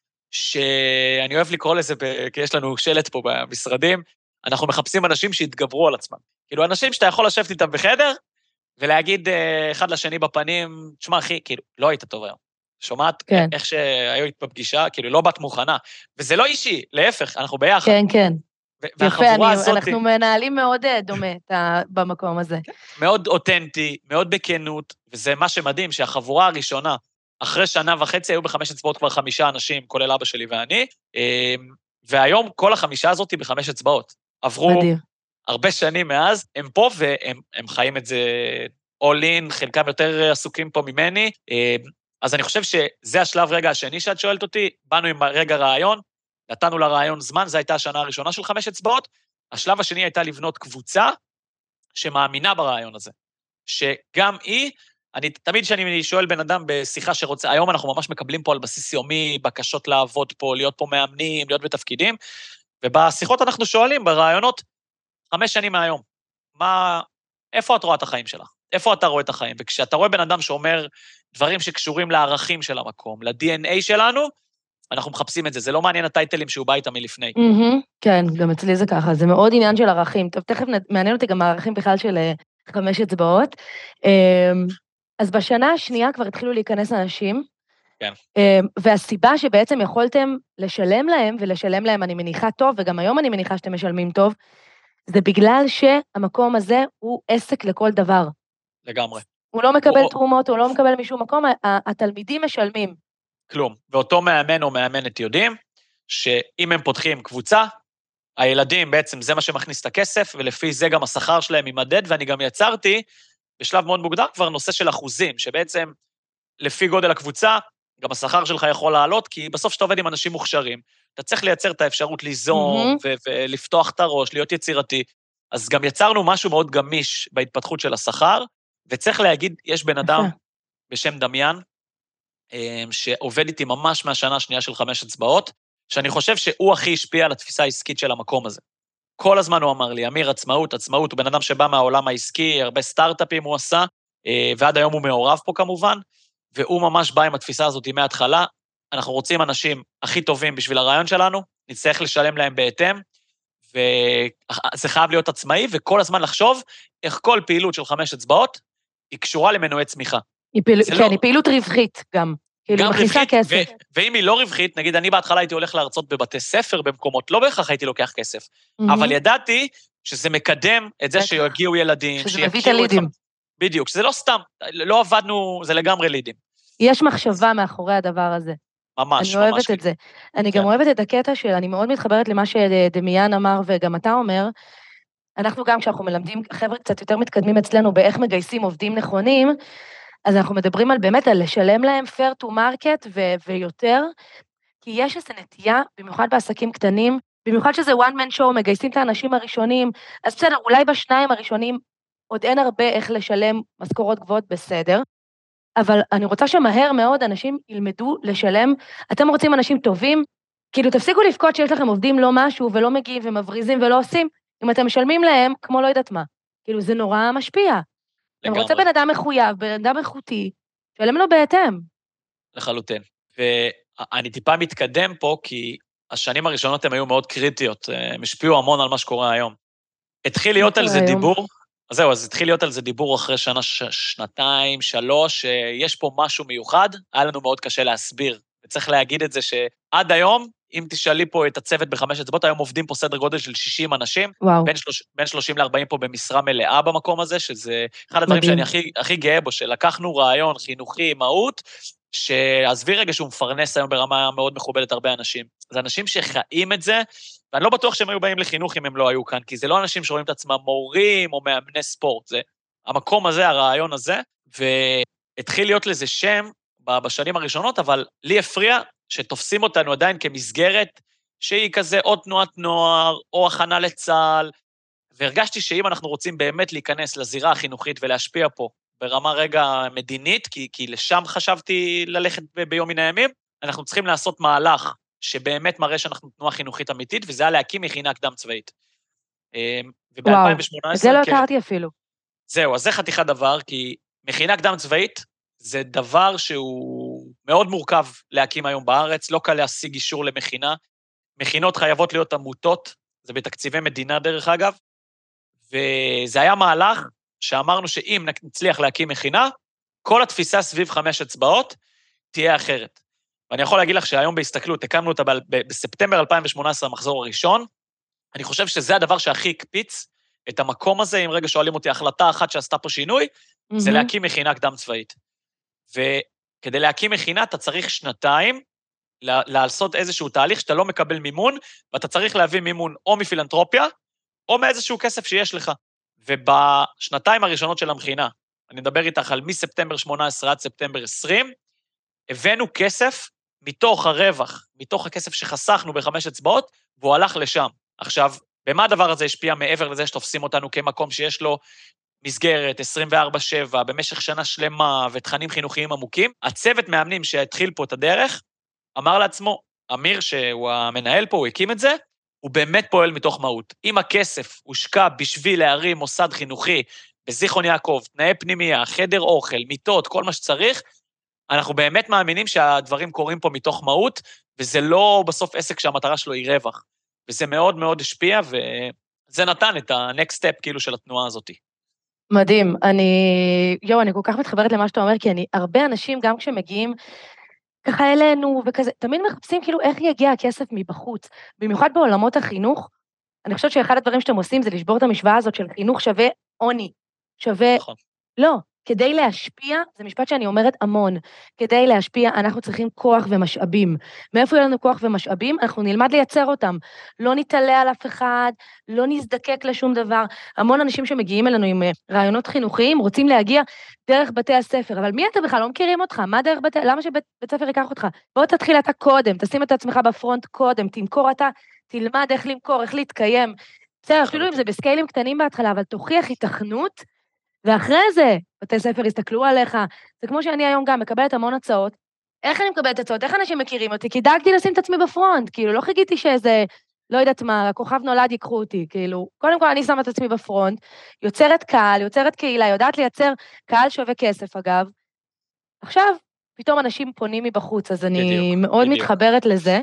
שאני אוהב לקרוא לזה, כי יש לנו שלט פה במשרדים, אנחנו מחפשים אנשים שהתגברו על עצמם. כאילו, אנשים שאתה יכול לשבת איתם בחדר, ולהגיד אחד לשני בפנים, תשמע, אחי, כאילו, לא היית טוב היום. שומעת? כן. איך שהיו בפגישה, כאילו, לא בת מוכנה. וזה לא אישי, להפך, אנחנו ביחד. כן, כן. יפה, אני, הזאת... אנחנו מנהלים מאוד דומה במקום הזה. מאוד אותנטי, מאוד בכנות, וזה מה שמדהים, שהחבורה הראשונה, אחרי שנה וחצי, היו בחמש אצבעות כבר חמישה אנשים, כולל אבא שלי ואני, והיום כל החמישה הזאת היא בחמש אצבעות. עברו מדהים. הרבה שנים מאז, הם פה והם הם חיים את זה all in, חלקם יותר עסוקים פה ממני, אז אני חושב שזה השלב רגע השני שאת שואלת אותי, באנו עם רגע רעיון, נתנו לרעיון זמן, זו הייתה השנה הראשונה של חמש אצבעות, השלב השני הייתה לבנות קבוצה שמאמינה ברעיון הזה, שגם היא, אני תמיד שאני שואל בן אדם בשיחה שרוצה, היום אנחנו ממש מקבלים פה על בסיס יומי, בקשות לעבוד פה, להיות פה מאמנים, להיות בתפקידים, ובשיחות אנחנו שואלים ברעיונות, חמש שנים מהיום, מה, איפה את רואה את החיים שלך? איפה אתה רואה את החיים? וכשאתה רואה בן אדם שאומר דברים שקשורים לערכים של המקום, ל-די אן איי שלנו, אנחנו מחפשים את זה, זה לא מעניין הטייטלים שהוא בא איתם מלפני. כן, גם אצלי זה ככה, זה מאוד עניין של ערכים. טוב, תכף מעניין אותי גם הערכים בכלל של חמש אצבעות. אז בשנה השנייה כבר התחילו להיכנס אנשים, כן. והסיבה שבעצם יכולתם לשלם להם, ולשלם להם אני מניחה טוב, וגם היום אני מניחה שאתם משלמים טוב, זה בגלל שהמקום הזה הוא עסק לכל דבר. לגמרי. הוא לא מקבל תרומות, הוא לא מקבל משום מקום, התלמידים משלמים. כלום. ואותו מאמן או מאמנת יודעים, שאם הם פותחים קבוצה, הילדים בעצם זה מה שמכניס את הכסף, ולפי זה גם השכר שלהם יימדד, ואני גם יצרתי, בשלב מאוד מוקדם כבר נושא של אחוזים, שבעצם לפי גודל הקבוצה, גם השכר שלך יכול לעלות, כי בסוף שאתה עובד עם אנשים מוכשרים, אתה צריך לייצר את האפשרות ליזום, mm-hmm. ו- ולפתוח את הראש, להיות יצירתי. אז גם יצרנו משהו מאוד גמיש בהתפתחות של השכר, וצריך להגיד, יש בן אדם בשם דמיין, שעובד איתי ממש מהשנה השנייה של חמש אצבעות, שאני חושב שהוא הכי השפיע על התפיסה העסקית של המקום הזה. כל הזמן הוא אמר לי, אמיר, עצמאות, עצמאות, הוא בן אדם שבא מהעולם העסקי, הרבה סטארט-אפים הוא עשה, ועד היום הוא מעורב פה כמובן, והוא ממש בא עם התפיסה הזאת מההתחלה, אנחנו רוצים אנשים הכי טובים בשביל הרעיון שלנו, נצטרך לשלם להם בהתאם, וזה חייב להיות עצמאי, וכל הזמן לחשוב איך כל פעילות של חמש אצבעות, היא קשורה למנועי צמיחה. היא פעיל... כן, לא... היא פעילות רווחית גם. גם רווחית, ו... ואם היא לא רווחית, נגיד אני בהתחלה הייתי הולך להרצות בבתי ספר במקומות, לא בהכרח הייתי לוקח כסף, mm-hmm. אבל ידעתי שזה מקדם את זה שיגיעו ילדים, שזה מביא את הלידים. בדיוק, שזה לא סתם, לא עבדנו, זה לגמרי לידים. יש מחשבה מאחורי הדבר הזה. ממש, אני אוהבת את זה. אני גם אוהבת את הקטע של, אני מאוד מתחברת למה שדמיאן אמר, וגם אתה אומר, אנחנו גם כשאנחנו מלמדים חבר'ה קצת יותר מתקדמים אצלנו, באיך מגייסים עובדים נכונים, אז אנחנו מדברים על באמת, על לשלם להם fair to market ו- ויותר, כי יש איזו נטייה, במיוחד בעסקים קטנים, במיוחד שזה one man show, מגייסים את האנשים הראשונים, אז בסדר, אולי בשניים הראשונים, עוד אין הרבה איך לשלם משכורות גבוהות בסדר, אבל אני רוצה שמהר מאוד אנשים ילמדו לשלם, אתם רוצים אנשים טובים, כאילו תפסיקו לפקוד שיש לכם עובדים לא משהו, ולא מגיעים ומבריזים ולא עושים, אם אתם משלמים להם, כמו לא יודעת מה, כאילו זה נורא משפיע. אני רוצה בן אדם מחויב, בן אדם איכותי, שלם לו בהתאם. לחלוטין. ואני טיפה מתקדם פה, כי השנים הראשונות הן היו מאוד קריטיות, הם השפיעו המון על מה שקורה היום. התחיל להיות על זה דיבור, אז זהו, אז התחיל להיות על זה דיבור אחרי שנה, ש... שנתיים, שלוש, שיש פה משהו מיוחד, היה לנו מאוד קשה להסביר. וצריך להגיד את זה שעד היום, אם תשאלי פה את הצוות בחמש אצבעות, היום עובדים פה סדר גודל של שישים אנשים, בין, שלוש, בין שלושים לארבעים פה במשרה מלאה במקום הזה, שזה אחד הדברים מדהים. שאני הכי, הכי גאה בו, שלקחנו רעיון חינוכי, מהות, שעזבי רגע שהוא מפרנס היום ברמה מאוד מכובדת הרבה אנשים. זה אנשים שחיים את זה, ואני לא בטוח שהם היו באים לחינוך אם הם לא היו כאן, כי זה לא אנשים שרואים את עצמם מורים או מאמני ספורט, זה המקום הזה, הרעיון הזה, והתחיל להיות לזה שם בשנים הראשונות, אבל לי הפריע שתופסים אותנו עדיין כמסגרת, שהיא כזה או תנועת נוער, או הכנה לצה"ל, והרגשתי שאם אנחנו רוצים באמת להיכנס לזירה החינוכית ולהשפיע פה, ברמה רגע מדינית, כי, כי לשם חשבתי ללכת ב- ביום מן הימים, אנחנו צריכים לעשות מהלך שבאמת מראה שאנחנו תנועה חינוכית אמיתית, וזה היה להקים מכינה קדם צבאית. וב-אלפיים שמונה עשרה... וואו, זה לא הכרתי אפילו. זהו, אז זה חתיכת דבר, כי מכינה קדם צבאית זה דבר שהוא מאוד מורכב להקים היום בארץ, לא קל להשיג אישור למכינה, מכינות חייבות להיות עמותות, זה בתקציבי מדינה דרך אגב, וזה היה מהלך שאמרנו שאם נצליח להקים מכינה, כל התפיסה סביב חמש אצבעות תהיה אחרת. ואני יכול להגיד לך שהיום בהסתכלות, הקמנו אותה בספטמבר אלפיים שמונה עשרה המחזור הראשון, אני חושב שזה הדבר שהכי הקפיץ את המקום הזה, אם רגע שואלים אותי, החלטה אחת שעשתה פה שינוי, mm-hmm. זה להקים מכינה קדם צבאית. וכדי להקים מכינה, אתה צריך שנתיים, לעשות איזשהו תהליך שאתה לא מקבל מימון, ואתה צריך להביא מימון או מפילנטרופיה, או מאיזשהו כסף שיש לך. ובשנתיים הראשונות של המכינה, אני מדבר איתך על מספטמבר שמונה עשרה עד ספטמבר עשרים, הבאנו כסף מתוך הרווח, מתוך הכסף שחסכנו בחמש אצבעות, והוא הלך לשם. עכשיו, במה הדבר הזה השפיע מעבר לזה שתופסים אותנו כמקום שיש לו מסגרת עשרים וארבע שבע, במשך שנה שלמה ותכנים חינוכיים עמוקים? הצוות מאמנים שהתחיל פה את הדרך, אמר לעצמו, אמיר שהוא המנהל פה, הוא הקים את זה, הוא באמת פועל מתוך מהות. אם הכסף הושקע בשביל להרים מוסד חינוכי בזיכרון יעקב, תנאי פנימייה, חדר אוכל, מיטות, כל מה שצריך, אנחנו באמת מאמינים שהדברים קורים פה מתוך מהות, וזה לא בסוף עסק שהמטרה שלו היא רווח. וזה מאוד מאוד השפיע, וזה נתן את ה-next step כאילו של התנועה הזאת. מדהים. אני, יו, אני כל כך מתחברת למה שאתה אומר, כי אני, הרבה אנשים גם כשמגיעים ככה אלינו וכזה, תמיד מחפשים כאילו איך יגיע הכסף מבחוץ. במיוחד בעולמות החינוך, אני חושבת שאחד הדברים שאתם עושים זה לשבור את המשוואה הזאת של חינוך שווה עוני, שווה... נכון. לא, כדי להשפיע, זה משפט שאני אומרת המון, כדי להשפיע אנחנו צריכים כוח ומשאבים. מאיפה יהיה לנו כוח ומשאבים? אנחנו נלמד לייצר אותם. לא נתעלה על אף אחד, לא נזדקק לשום דבר. המון אנשים שמגיעים אלינו עם רעיונות חינוכיים, רוצים להגיע דרך בתי הספר, אבל מי אתה בכלל? לא מכירים אותך, מה דרך בתי... למה שבית ספר ייקח אותך? בוא תתחיל אתה קודם, תשים את עצמך בפרונט קודם, תמכור אתה, תלמד איך למכור, איך להתקיים. בסדר, אפילו אם זה בסקיילים קטנים בהתחלה, אבל תוכיח היתכנות, ואחרי זה, בתי ספר יסתכלו עליך, זה כמו שאני היום גם מקבלת המון הצעות, איך אני מקבלת הצעות, איך אנשים מכירים אותי? כי דאגתי לשים את עצמי בפרונט, כאילו לא חיכיתי שאיזה, לא יודעת מה, הכוכב נולד יקחו אותי, כאילו, קודם כל אני שמה את עצמי בפרונט, יוצרת קהל, יוצרת קהילה, יודעת לייצר קהל שווה כסף, אגב. עכשיו, פתאום אנשים פונים מבחוץ, אז אני בדיוק, מאוד בדיוק. מתחברת לזה,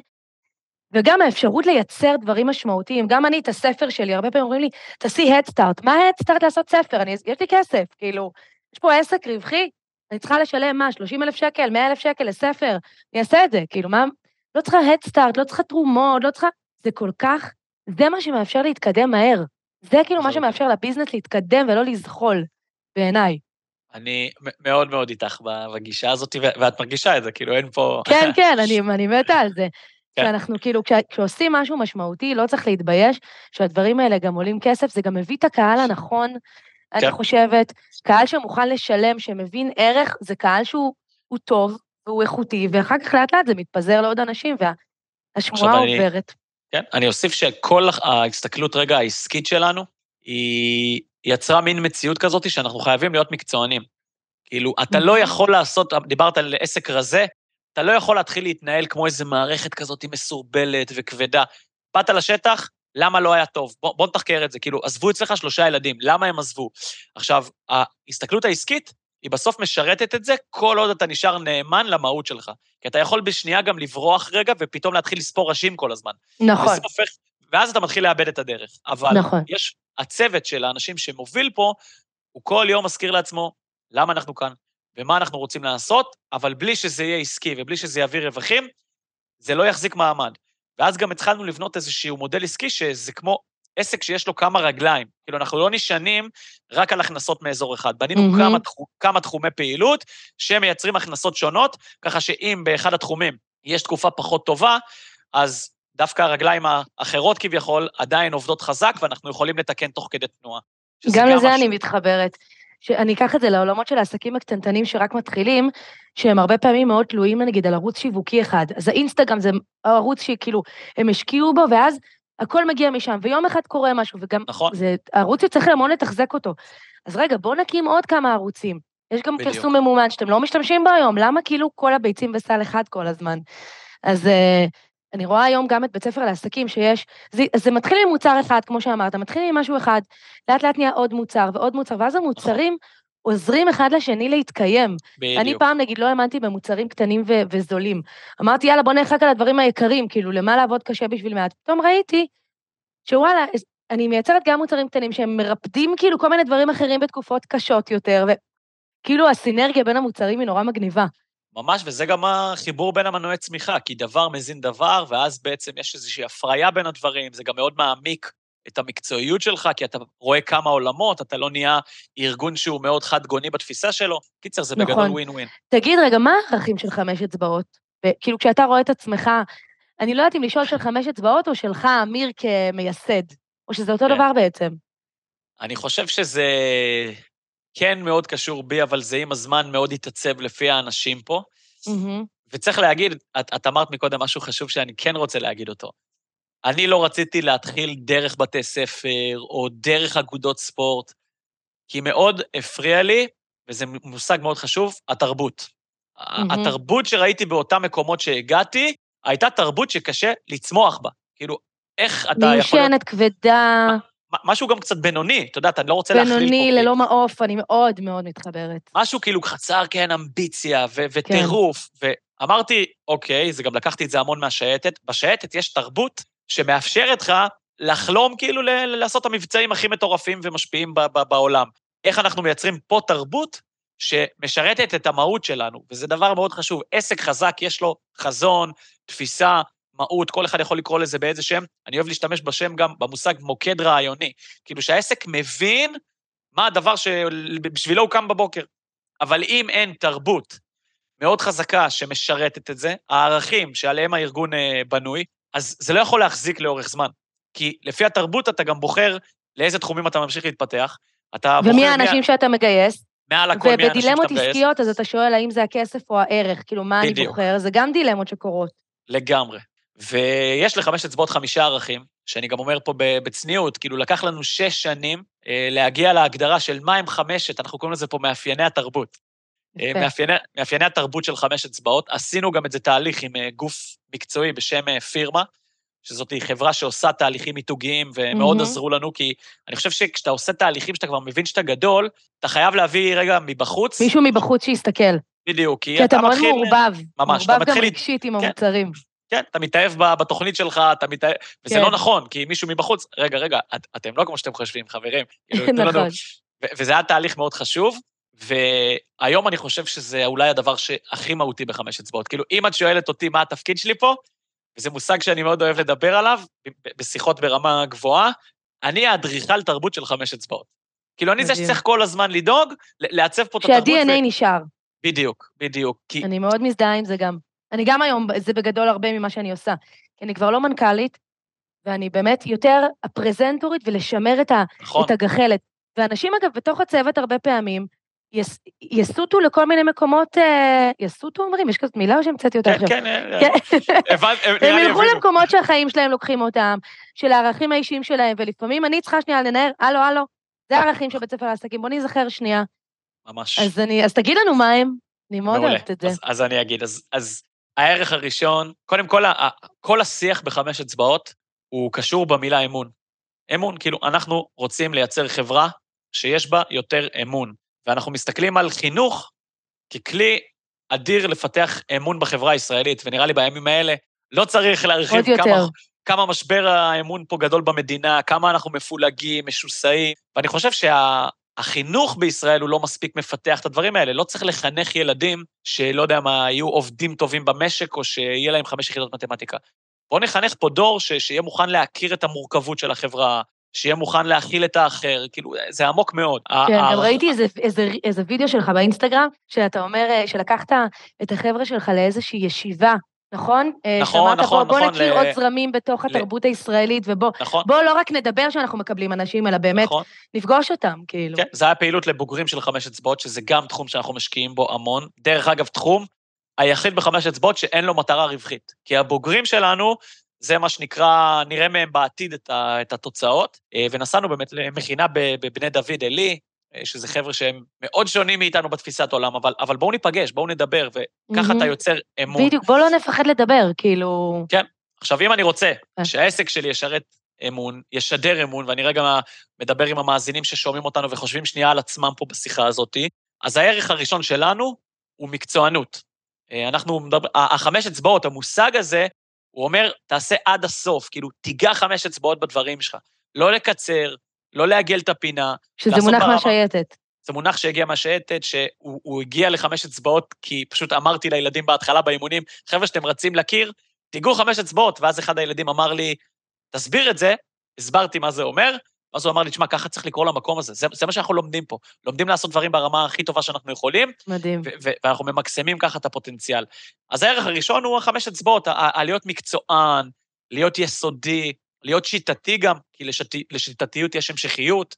וגם האפשרות לייצר דברים משמעותיים, גם אני את הספר שלי, הרבה פעמים אומרים לי, תעשי הדסטארט, מה הדסטארט לעשות ספר? אני, יש לי כסף, כאילו, יש פה עסק רווחי, אני צריכה לשלם מה, שלושים אלף שקל, מאה אלף שקל לספר, אני אעשה את זה, כאילו, מה, לא צריכה הדסטארט, לא צריכה תרומות, לא צריכה, זה כל כך, זה מה שמאפשר להתקדם מהר, זה כאילו מה שמאפשר לביזנס להתקדם ולא לזחול, בעיניי. אני מאוד מאוד איתך בגישה הזאת, ואת מרגישה את זה, כאילו אין פה... כן, כן, אני, אני מתה על זה. כן. שאנחנו כאילו, כש, כשעושים משהו משמעותי, לא צריך להתבייש, שהדברים האלה גם עולים כסף, זה גם מביא את הקהל הנכון, אני כן. חושבת, קהל שמוכן לשלם, שמבין ערך, זה קהל שהוא הוא טוב, והוא איכותי, ואחר כך לאט לאט זה מתפזר לעוד אנשים, והשמועה עוברת. כן, אני אוסיף שכל ההסתכלות רגע העסקית שלנו, היא יצרה מין מציאות כזאת שאנחנו חייבים להיות מקצוענים. כאילו, אתה לא יכול לעשות, דיברת על עסק רזה, אתה לא יכול להתחיל להתנהל כמו איזו מערכת כזאת מסורבלת וכבדה. באת לשטח, למה לא היה טוב? בוא, בוא נתחקר את זה, כאילו, עזבו אצלך שלושה ילדים, למה הם עזבו? עכשיו, ההסתכלות העסקית, היא בסוף משרתת את זה, כל עוד אתה נשאר נאמן למהות שלך. כי אתה יכול בשנייה גם לברוח רגע, ופתאום להתחיל לספור ראשים כל הזמן. נכון. הופך, ואז אתה מתחיל לאבד את הדרך. אבל נכון. יש הצוות של האנשים שמוביל פה, הוא כל יום מזכיר לעצמו, למה אנחנו כאן, ומה אנחנו רוצים לעשות, אבל בלי שזה יהיה עסקי, ובלי שזה יביא רווחים, זה לא יחזיק מעמד. ואז גם התחלנו לבנות איזשהו מודל עסקי, שזה כמו עסק שיש לו כמה רגליים. כאילו, אנחנו לא נשענים רק על הכנסות מאזור אחד. בנינו mm-hmm. כמה, כמה תחומי פעילות, שמייצרים הכנסות שונות, ככה שאם באחד התחומים יש תקופה פחות טובה, אז דווקא הרגליים האחרות כביכול עדיין עובדות חזק, ואנחנו יכולים לתקן תוך כדי תנועה. גם לזה משהו... אני מתחברת. שאני אקח את זה לעולמות של העסקים הקטנטנים שרק מתחילים, שהם הרבה פעמים מאוד תלויים, נגיד, על ערוץ שיווקי אחד. אז האינסטגרם זה ערוץ שכאילו, הם השקיעו בו, ואז הכל מגיע משם, ויום אחד קורה משהו, וגם נכון. זה ערוץ שצריך למון לתחזק אותו. אז רגע, בואו נקים עוד כמה ערוצים. יש גם בדיוק. פרסום ממומן שאתם לא משתמשים בו היום, למה כאילו כל הביצים בסל אחד כל הזמן? אז... אני רואה היום גם את בית ספר לעסקים שיש, זה, זה מתחיל עם מוצר אחד, כמו שאמרת, מתחיל עם משהו אחד, לאט לאט נהיה עוד מוצר ועוד מוצר, ואז המוצרים עוזרים אחד לשני להתקיים. בדיוק. אני פעם, נגיד, לא האמנתי במוצרים קטנים ו- וזולים. אמרתי, יאללה, בוא נחק על הדברים היקרים, כאילו, למה לעבוד קשה בשביל מעט. פתאום ראיתי שוואלה, אני מייצרת גם מוצרים קטנים שהם מרפדים כאילו כל מיני דברים אחרים בתקופות קשות יותר, וכאילו הסינרגיה בין המוצרים היא נורא מגניבה. ממש, וזה גם החיבור בין המנועי צמיחה, כי דבר מזין דבר, ואז בעצם יש איזושהי הפריה בין הדברים, זה גם מאוד מעמיק את המקצועיות שלך, כי אתה רואה כמה עולמות, אתה לא נהיה ארגון שהוא מאוד חד גוני בתפיסה שלו, קיצר, זה בגדול נכון. ווין ווין. תגיד רגע, מה הערכים של חמש אצבעות? כאילו כשאתה רואה את עצמך, אני לא יודעת אם לשאול של חמש אצבעות, או שלך, אמיר, כמייסד, או שזה אותו כן. דבר בעצם. אני חושב שזה כן מאוד קשור בי, אבל זה עם הזמן מאוד התעצב לפי האנשים פה. Mm-hmm. וצריך להגיד, את, את אמרת מקודם משהו חשוב שאני כן רוצה להגיד אותו. אני לא רציתי להתחיל דרך בתי ספר, או דרך אגודות ספורט, כי מאוד הפריע לי, וזה מושג מאוד חשוב, התרבות. Mm-hmm. התרבות שראיתי באותם מקומות שהגעתי, הייתה תרבות שקשה לצמוח בה. כאילו, איך אתה יכול... מיושנת, כבדה... משהו גם קצת בינוני, אתה יודע, אני לא רוצה להכליל פה. בינוני, ללא מעוף, אני מאוד מאוד מתחברת. משהו כאילו חצר, כן, אמביציה ו- וטירוף, כן. ואמרתי, אוקיי, זה גם לקחתי את זה המון מהשייטת, בשייטת יש תרבות שמאפשרת לך לחלום כאילו ל- לעשות המבצעים הכי מטורפים ומשפיעים ב- ב- בעולם. איך אנחנו מייצרים פה תרבות שמשרתת את המהות שלנו, וזה דבר מאוד חשוב. עסק חזק, יש לו חזון, תפיסה, מהות, כל אחד יכול לקרוא לזה באיזה שם, אני אוהב להשתמש בשם גם במושג מוקד רעיוני, כאילו שהעסק מבין מה הדבר שבשבילו הוא קם בבוקר, אבל אם אין תרבות מאוד חזקה שמשרתת את זה, הערכים שעליהם הארגון בנוי, אז זה לא יכול להחזיק לאורך זמן, כי לפי התרבות אתה גם בוחר לאיזה תחומים אתה ממשיך להתפתח, אתה ומי האנשים מי... שאתה מגייס, מעל הכל מי האנשים שאתה מגייס. ובדילמות עסקיות, אז אתה שואל האם זה הכסף או הערך, כאילו מה בדיוק. אני בוחר, זה גם דילמות שקורות. לגמרי. ויש לחמש אצבעות חמישה ערכים, שאני גם אומר פה בצניעות, כאילו לקח לנו שש שנים אה, להגיע להגדרה של מה הם חמשת, אנחנו קוראים לזה פה מאפייני התרבות. אה, מאפייני, מאפייני התרבות של חמש אצבעות, עשינו גם את זה תהליך עם אה, גוף מקצועי בשם אה, פירמה, שזאת חברה שעושה תהליכים מיתוגיים, ומאוד עזרו לנו, כי אני חושב שכשאתה עושה תהליכים שאתה כבר מבין שאתה גדול, אתה חייב להביא רגע מבחוץ. מישהו מבחוץ שיסתכל. בדיוק, כי אתה מאוד מעורבב. ממש, מעורבב גם רגשית עם המוצרים. כן, אתה מתאהב בתוכנית שלך, אתה מתאהב, וזה לא נכון, כי מישהו מבחוץ, רגע, רגע, אתם לא כמו שאתם חושבים, חברים. נכון. וזה היה תהליך מאוד חשוב, והיום אני חושב שזה אולי הדבר שהכי מהותי בחמש אצבעות. כאילו, אם את שואלת אותי מה התפקיד שלי פה, וזה מושג שאני מאוד אוהב לדבר עליו, בשיחות ברמה גבוהה, אני האדריכל תרבות של חמש אצבעות. כאילו, אני זה שצריך כל הזמן לדאוג, לעצב פה את התרבות. שה-די אן איי נשאר. בדיוק, בדיוק. אני מאוד מזדהה עם זה גם. אני גם היום, זה בגדול הרבה ממה שאני עושה. כי אני כבר לא מנכ"לית, ואני באמת יותר הפרזנטורית ולשמר את הגחלת. ואנשים, אגב, בתוך הצוות הרבה פעמים, יסוטו לכל מיני מקומות, יסוטו אומרים, יש כזאת מילה או שהמצאתי אותה עכשיו? כן, כן. הם ילכו למקומות שהחיים שלהם לוקחים אותם, של הערכים האישיים שלהם, ולפעמים אני צריכה שנייה לנער, הלו, הלו, זה הערכים של בית ספר לעסקים, בוא נזכר שנייה. ממש. אז, אני, אז תגיד לנו מה הם, אני מאוד אוהבת את זה. אז, אז אני אגיד, אז, אז הערך הראשון, קודם כל, כל השיח בחמש אצבעות, הוא קשור במילה אמון. אמון, כאילו, אנחנו רוצים לייצר חברה שיש בה יותר אמון. ואנחנו מסתכלים על חינוך ככלי אדיר לפתח אמון בחברה הישראלית, ונראה לי בימים האלה לא צריך להרחיב כמה, כמה משבר האמון פה גדול במדינה, כמה אנחנו מפולגים, משוסעים, ואני חושב שהחינוך בישראל הוא לא מספיק מפתח את הדברים האלה, לא צריך לחנך ילדים שלא יודע מה, יהיו עובדים טובים במשק, או שיהיה להם חמש יחידות מתמטיקה. בואו נחנך פה דור ש, שיהיה מוכן להכיר את המורכבות של החברה, שיהיה מוכן להכיל את האחר, כאילו, זה עמוק מאוד. כן, גם ראיתי איזה, איזה, איזה וידאו שלך באינסטגרם, שאתה אומר, שלקחת את החבר'ה שלך לאיזושהי ישיבה, נכון? נכון, נכון, בוא, נכון. בוא נכיר עוד זרמים בתוך התרבות הישראלית, ובוא בוא לא רק נדבר שאנחנו מקבלים אנשים, אלא באמת נפגוש אותם, כאילו. כן, זה היה פעילות לבוגרים של חמש אצבעות, שזה גם תחום שאנחנו משקיעים בו המון. דרך אגב, תחום היחיד בחמש אצבעות שאין לו מטרה רווחית. כי הבוגרים שלנו, זה מה שנקרא, נראה מהם בעתיד את, ה, את התוצאות, ונסענו באמת למכינה בבני דוד אלי, שזה חבר'ה שהם מאוד שונים מאיתנו בתפיסת עולם, אבל, אבל בואו ניפגש, בואו נדבר, וככה אתה יוצר אמון. בדיוק, בואו לא נפחד לדבר, כאילו... כן, עכשיו אם אני רוצה שהעסק שלי ישרת אמון, ישדר אמון, ואני רגע מדבר עם המאזינים ששומעים אותנו וחושבים שנייה על עצמם פה בשיחה הזאת, אז הערך הראשון שלנו הוא מקצוענות. אנחנו מדבר, החמש אצבעות, המושג הזה, הוא אומר, תעשה עד הסוף, כאילו, תיגע חמש אצבעות בדברים שלך. לא לקצר, לא להגל את הפינה. שזה מונח מהשייטת. זה מונח שהגיע מהשייטת, שהוא הגיע לחמש אצבעות, כי פשוט אמרתי לילדים בהתחלה באימונים, חבר'ה שאתם רצים לקיר, תיגעו חמש אצבעות, ואז אחד הילדים אמר לי, תסביר את זה, הסברתי מה זה אומר, ואז הוא אמר לי, תשמע, ככה צריך לקרוא למקום הזה, זה, זה מה שאנחנו לומדים פה. לומדים לעשות דברים ברמה הכי טובה שאנחנו יכולים, מדהים. ו- ו- ואנחנו ממקסמים ככה את הפוטנציאל. אז הערך הראשון הוא החמש אצבעות, ה- ה- להיות מקצוען, להיות יסודי, להיות שיטתי גם, כי לשת... לשיטתיות יש המשכיות,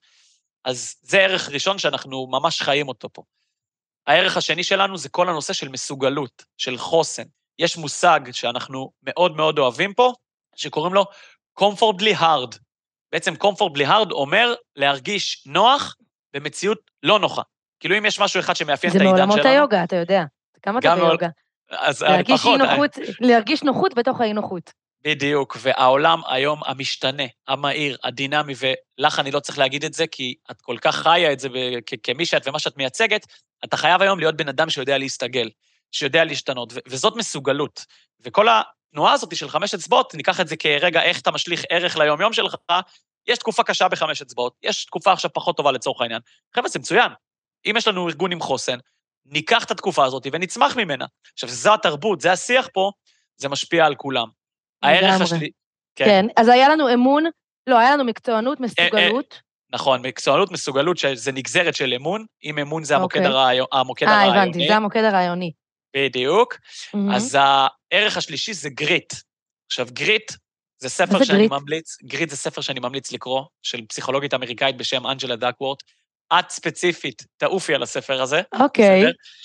אז זה ערך ראשון שאנחנו ממש חיים אותו פה. הערך השני שלנו זה כל הנושא של מסוגלות, של חוסן. יש מושג שאנחנו מאוד מאוד אוהבים פה, שקוראים לו comfortably hard. בעצם comfortably hard אומר להרגיש נוח במציאות לא נוחה. כאילו אם יש משהו אחד שמאפיין את העידן שלנו... זה מעולמות היוגה, אתה יודע. כמה אתה ביוגה? אז להרגיש פחות... נוחות, להרגיש נוחות בתוך האי-נוחות. בדיוק, והעולם היום המשתנה, המהיר, הדינמי, ולך אני לא צריך להגיד את זה, כי את כל כך חיה את זה כמי שאת ומה שאת מייצגת, אתה חייב היום להיות בן אדם שיודע להסתגל, שיודע להשתנות, וזאת מסוגלות. וכל התנועה הזאת של חמש אצבעות, ניקח את זה כרגע, איך אתה משליך ערך ליום-יום שלך, יש תקופה קשה בחמש אצבעות, יש תקופה עכשיו פחות טובה לצורך העניין. חבר'ה, זה מצוין. אם יש לנו ארגון עם חוסן, ניקח את התקופה הזאת ונצמח ממנה. עכשיו, זו התרבות, זה השיח פה, זה משפיע על כולם. הערך השלי... כן, אז היה לנו אמון, לא, היה לנו מקצוענות, מסוגלות. נכון, מקצוענות, מסוגלות, שזה נגזרת של אמון, אם אמון זה המוקד הרעיוני. אה, הבנתי, זה המוקד הרעיוני. בדיוק. אז הערך השלישי זה גריט. עכשיו, גריט זה ספר שאני ממליץ, גריט זה ספר שאני ממליץ לקרוא, של פסיכולוגית אמריקאית בשם אנג'לה דקוורט. את ספציפית, תעופי על הספר הזה. אוקיי.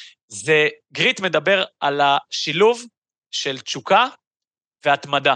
זה, גריט מדבר על השילוב של תשוקה, והתמדה.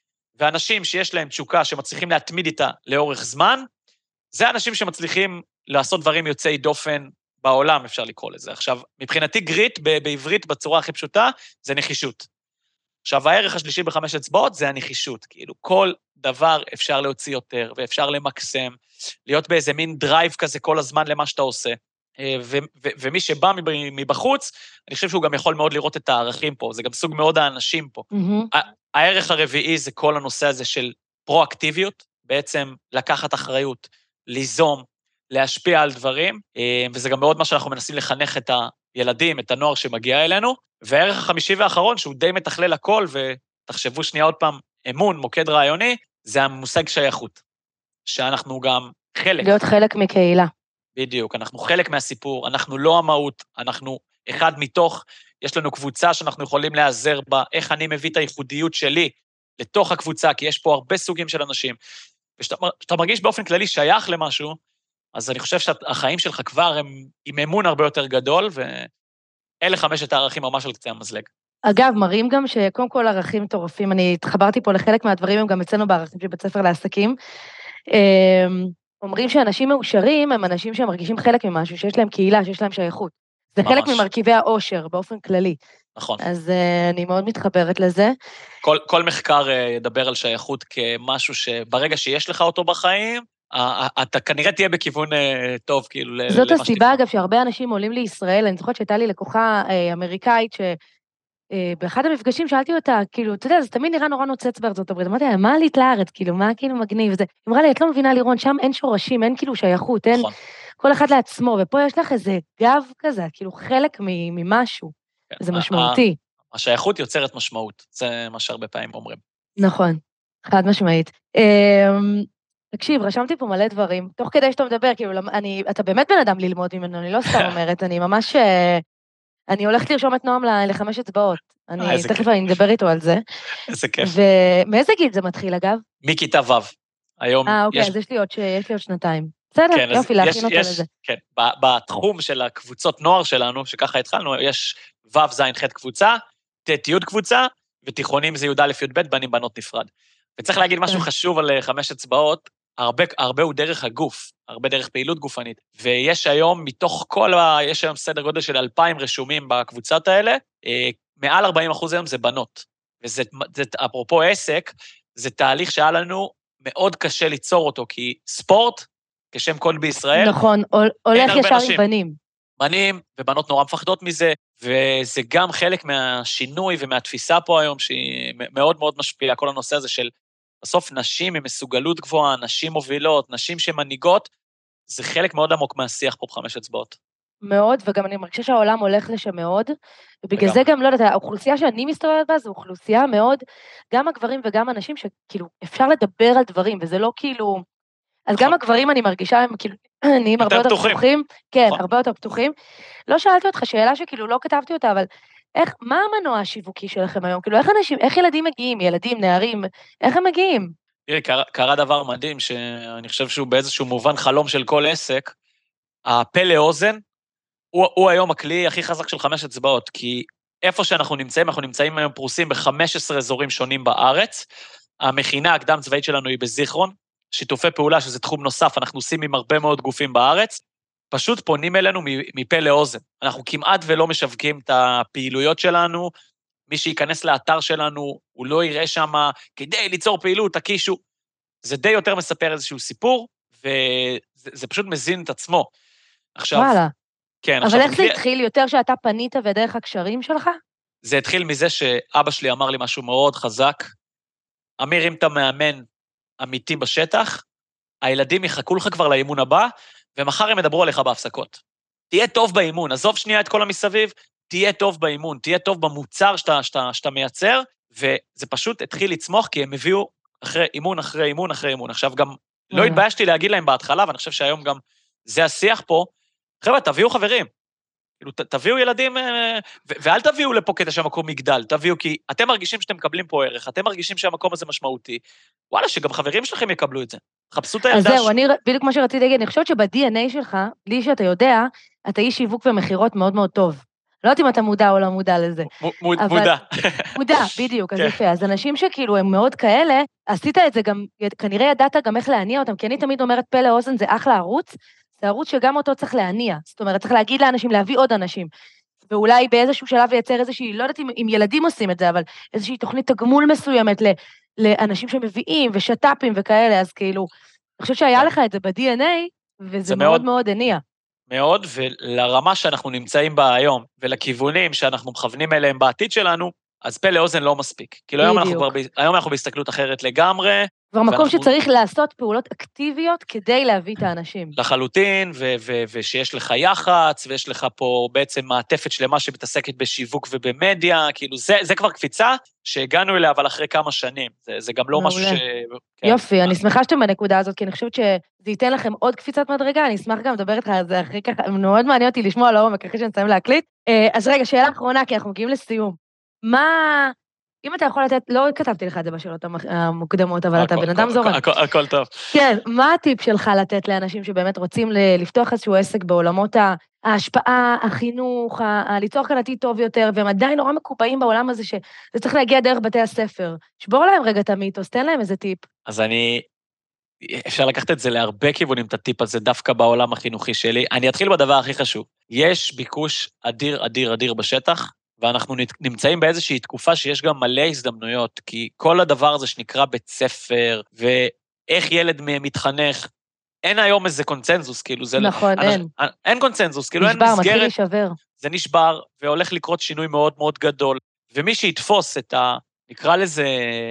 ואנשים שיש להם תשוקה, שמצליחים להתמיד איתה לאורך זמן, זה אנשים שמצליחים לעשות דברים יוצאי דופן בעולם, אפשר לקרוא לזה. עכשיו, מבחינתי גריט, בעברית, בצורה הכי פשוטה, זה נחישות. עכשיו, הערך השלישי בחמש אצבעות זה הנחישות, כאילו כל דבר אפשר להוציא יותר, ואפשר למקסם, להיות באיזה מין דרייב כזה כל הזמן למה שאתה עושה, ו- ו- ומי שבא מבחוץ, אני חושב שהוא גם יכול מאוד לראות את הערכים פה, זה גם סוג מאוד האנשים פה. Mm-hmm. הערך הרביעי זה כל הנושא הזה של פרואקטיביות, בעצם לקחת אחריות, ליזום, להשפיע על דברים, וזה גם מאוד מה שאנחנו מנסים לחנך את הילדים, את הנוער שמגיע אלינו, והערך החמישי והאחרון, שהוא די מתכלל הכל, ותחשבו שנייה עוד פעם, אמון, מוקד רעיוני, זה המושג שייכות, שאנחנו גם חלק. להיות חלק מקהילה. בדיוק, אנחנו חלק מהסיפור, אנחנו לא המהות, אנחנו אחד מתוך, יש לנו קבוצה שאנחנו יכולים להיעזר בה, איך אני מביא את הייחודיות שלי לתוך הקבוצה, כי יש פה הרבה סוגים של אנשים, ושאתה מרגיש באופן כללי שייך למשהו, אז אני חושב שהחיים שלך כבר הם עם אמון הרבה יותר גדול, ואלה חמשת הערכים ממש על קצה המזלג. אגב, מראים גם שקודם כל ערכים מטורפים, אני התחברתי פה לחלק מהדברים, הם גם אצלנו בערכים של בית ספר לעסקים, אומרים שאנשים מאושרים הם אנשים שמרגישים חלק ממשהו, שיש להם קהילה, שיש להם שייכות. זה ממש. חלק ממרכיבי האושר באופן כללי. נכון. אז uh, אני מאוד מתחברת לזה. כל, כל מחקר uh, ידבר על שייכות כמשהו שברגע שיש לך אותו בחיים, אתה כנראה תהיה בכיוון טוב, כאילו, למה שתפעל. זאת הסיבה, אגב, שהרבה אנשים עולים לישראל, אני זוכרת שהייתה לי לקוחה אמריקאית, שבאחד המפגשים שאלתי אותה, כאילו, אתה יודע, זה תמיד נראה נורא נוצץ בארצות הברית, אמרתי, מה עלית לארץ, כאילו, מה כאילו מגניב, וזה, היא אמרה לי, את לא מבינה לירון, שם אין שורשים, אין כאילו שייכות, אין כל אחד לעצמו, ופה יש לך איזה גב כזה, כאילו, חלק ממשהו, זה משמעותי. השייכות יוצרת משמעות, זה מה שהרבה פעמים אומרים. נכון, חד משמעית. תקשיב, רשמתי פה מלא דברים, תוך כדי שאתה מדבר, כאילו, אני, אתה באמת בן אדם ללמוד ממנו, אני לא סתם אומרת, אני ממש, אני הולכת לרשום את נועם לחמש אצבעות, אני, תכף אני מדבר איתו על זה. איזה כיף. ומאיזה גיל זה מתחיל, אגב? מכיתה ו', היום אה, אוקיי, אז יש לי עוד, יש לי עוד שנתיים. בסדר, יופי, להכין אותו לזה. כן, בתחום של הקבוצות נוער שלנו, שככה התחלנו, יש ו' ז' ח' קבוצה, ט' י' קבוצה, ותיכונים זה י' א' י' ב', בנים בנות נפרד. וצריך להגיד משהו חשוב על חמש אצבעות, הרבה, הרבה הוא דרך הגוף, הרבה דרך פעילות גופנית, ויש היום, מתוך כל ה... יש היום סדר גודל של אלפיים רשומים בקבוצות האלה, מעל ארבעים אחוז היום זה בנות, וזה, זה, אפרופו עסק, זה תהליך שהיה לנו מאוד קשה ליצור אותו, כי ספורט, כשם קוד בישראל, נכון, הולך ישר עם בנים. בנים ובנות נורא מפחדות מזה, וזה גם חלק מהשינוי ומהתפיסה פה היום, שהיא מאוד מאוד משפיעה, כל הנושא הזה של בסוף נשים עם מסוגלות גבוהה, נשים מובילות, נשים שמנהיגות, זה חלק מאוד עמוק מהשיח פה בחמש אצבעות. מאוד, וגם אני מרגישה שהעולם הולך לשם מאוד, ובגלל זה גם, לא יודעת, האוכלוסייה שאני מסתובבת בה, זו אוכלוסייה מאוד, גם הגברים וגם אנשים שכאילו אפשר לדבר על דברים, וזה לא כאילו, אז גם הגברים אני מרגישה הם כאילו, נהיים הרבה יותר פתוחים, כן, הרבה יותר פתוחים. לא שאלתי אותך שאלה שכאילו לא כתבתי אותה, אבל איך, מה המנוע השיווקי שלכם היום? כאילו, איך אנשים, איך ילדים מגיעים, ילדים, נערים, איך הם מגיעים? תראי, קרה, קרה דבר מדהים, שאני חושב שהוא באיזשהו מובן חלום של כל עסק, הפה לאוזן, הוא, הוא היום הכלי הכי חזק של חמש אצבעות, כי איפה שאנחנו נמצאים, אנחנו נמצאים היום פרוסים ב-חמישה עשר אזורים שונים בארץ, המכינה הקדם צבאית שלנו היא בזיכרון, שיתופי פעולה, שזה תחום נוסף, אנחנו עושים עם הרבה מאוד גופים בארץ, פשוט פונים אלינו מפה לאוזן. אנחנו כמעט ולא משווקים את הפעילויות שלנו, מי שייכנס לאתר שלנו, הוא לא יראה שם, כדי ליצור פעילות, תקישו. זה די יותר מספר איזשהו סיפור, וזה זה פשוט מזין את עצמו. עכשיו, וואלה. כן, אבל עכשיו, איך זה התחיל יותר שאתה פנית ודרך הקשרים שלך? זה התחיל מזה שאבא שלי אמר לי משהו מאוד חזק, אמיר, אם אתה מאמן אמיתי בשטח, הילדים יחכו לך כבר לאימון הבא, ומחר הם ידברו עליך בהפסקות. תהיה טוב באימון, עזוב שנייה את כל המסביב, תהיה טוב באימון, תהיה טוב במוצר שאתה, שאתה, שאתה מייצר, וזה פשוט התחיל לצמוח, כי הם הביאו אחרי אימון, אחרי אימון, אחרי אימון. עכשיו גם לא התביישתי להגיד להם בהתחלה, ואני חושב שהיום גם זה השיח פה, חבר'ה, תביאו חברים, כאילו, תביאו ילדים, ואל תביאו לפה כדי שהמקום מגדל, תביאו, כי אתם מרגישים שאתם מקבלים פה ערך, אתם מרגישים שהמקום הזה משמעותי, וואלה, שגם חברים שלכם יקבלו את זה. חפשו את הילדה. אז זהו, אני, בדיוק מה שרציתי להגיד, אני חושבת שב-די אן איי שלך, בלי שאתה יודע, אתה איש שיווק ומחירות מאוד מאוד טוב. לא יודעת אם אתה מודע או לא מודע לזה. מודע. מודע, בדיוק, אז יפה. אז אנשים שכאילו הם מאוד כאלה, עשית את זה גם, כנראה ידעת גם איך להניע אותם, כי אני תמיד אומרת פה לאוזן זה אחלה ערוץ, זה ערוץ שגם אותו צריך להניע. זאת אומרת, צריך להגיד לאנשים, להביא עוד אנשים. ואולי באיזשהו שלב ייצר איזושהי, לא יודעת אם, אם ילדים עושים את זה, אבל איזושהי תוכנית תגמול מסוימת ל, לאנשים שמביאים ושטאפים וכאלה, אז כאילו, אני חושבת שהיה כן. לך את זה ב-די אן איי, וזה זה מאוד מאוד- מאוד הניע. מאוד, ולרמה שאנחנו נמצאים בה היום, ולכיוונים שאנחנו מכוונים אליהם בעתיד שלנו, אז פה לאוזן לא מספיק. כאילו היום אנחנו, בדיוק. כבר, ב- היום אנחנו בהסתכלות אחרת לגמרי, כבר מקום ואנחנו- שצריך לעשות פעולות אקטיביות כדי להביא את האנשים. לחלוטין, ו- ו- ושיש לך יח"צ, ויש לך פה בעצם מעטפת שלמה שמתעסקת בשיווק ובמדיה, כאילו זה, זה כבר קפיצה שהגענו אליה, אבל אחרי כמה שנים. זה, זה גם לא משהו ש... מעולה. כן. יופי, אני שמחה שאתם בנקודה הזאת, כי אני חושבת שזה ייתן לכם עוד קפיצת מדרגה, אני אשמח גם לדבר איתך על זה אחרי ככה, מאוד מעניין אותי לשמוע לעומק, אחרי שנסיים להקליט. אה, אז רגע, שאלה אחרונה, כי אנחנו מגיעים לסיום. מה, אם אתה יכול לתת, לא כתבתי לך את זה בשאלות המח- המוקדמות, אבל אתה הכל- בן אדם הכל- זורם. הכל- הכל טוב. כן, מה הטיפ שלך לתת לאנשים שבאמת רוצים ל- לפתוח איזשהו עסק בעולמות ה- ההשפעה, החינוך, ה- ה- ליצור כאן עתיד טוב יותר, והם עדיין נורא מקובעים בעולם הזה שזה צריך להגיע דרך בתי הספר. שבור להם רגע את המיתוס, תן להם איזה טיפ. אז אני... אפשר לקחת את זה להרבה כיוונים, את הטיפ הזה, דווקא בעולם החינוכי שלי. אני אתחיל בדבר הכי חשוב. יש ביקוש אדיר, אדיר, אדיר בשטח, ואנחנו נמצאים באיזושהי תקופה שיש גם מלא הזדמנויות, כי כל הדבר הזה שנקרא בית ספר, ואיך ילד מתחנך, אין היום איזה קונצנזוס, כאילו זה... נכון, אנש... אין. אין קונצנזוס, כאילו נשבר, אין מתחיל מסגרת, להישבר. זה נשבר, והולך לקרות שינוי מאוד מאוד גדול, ומי שיתפוס את ה... נקרא לזה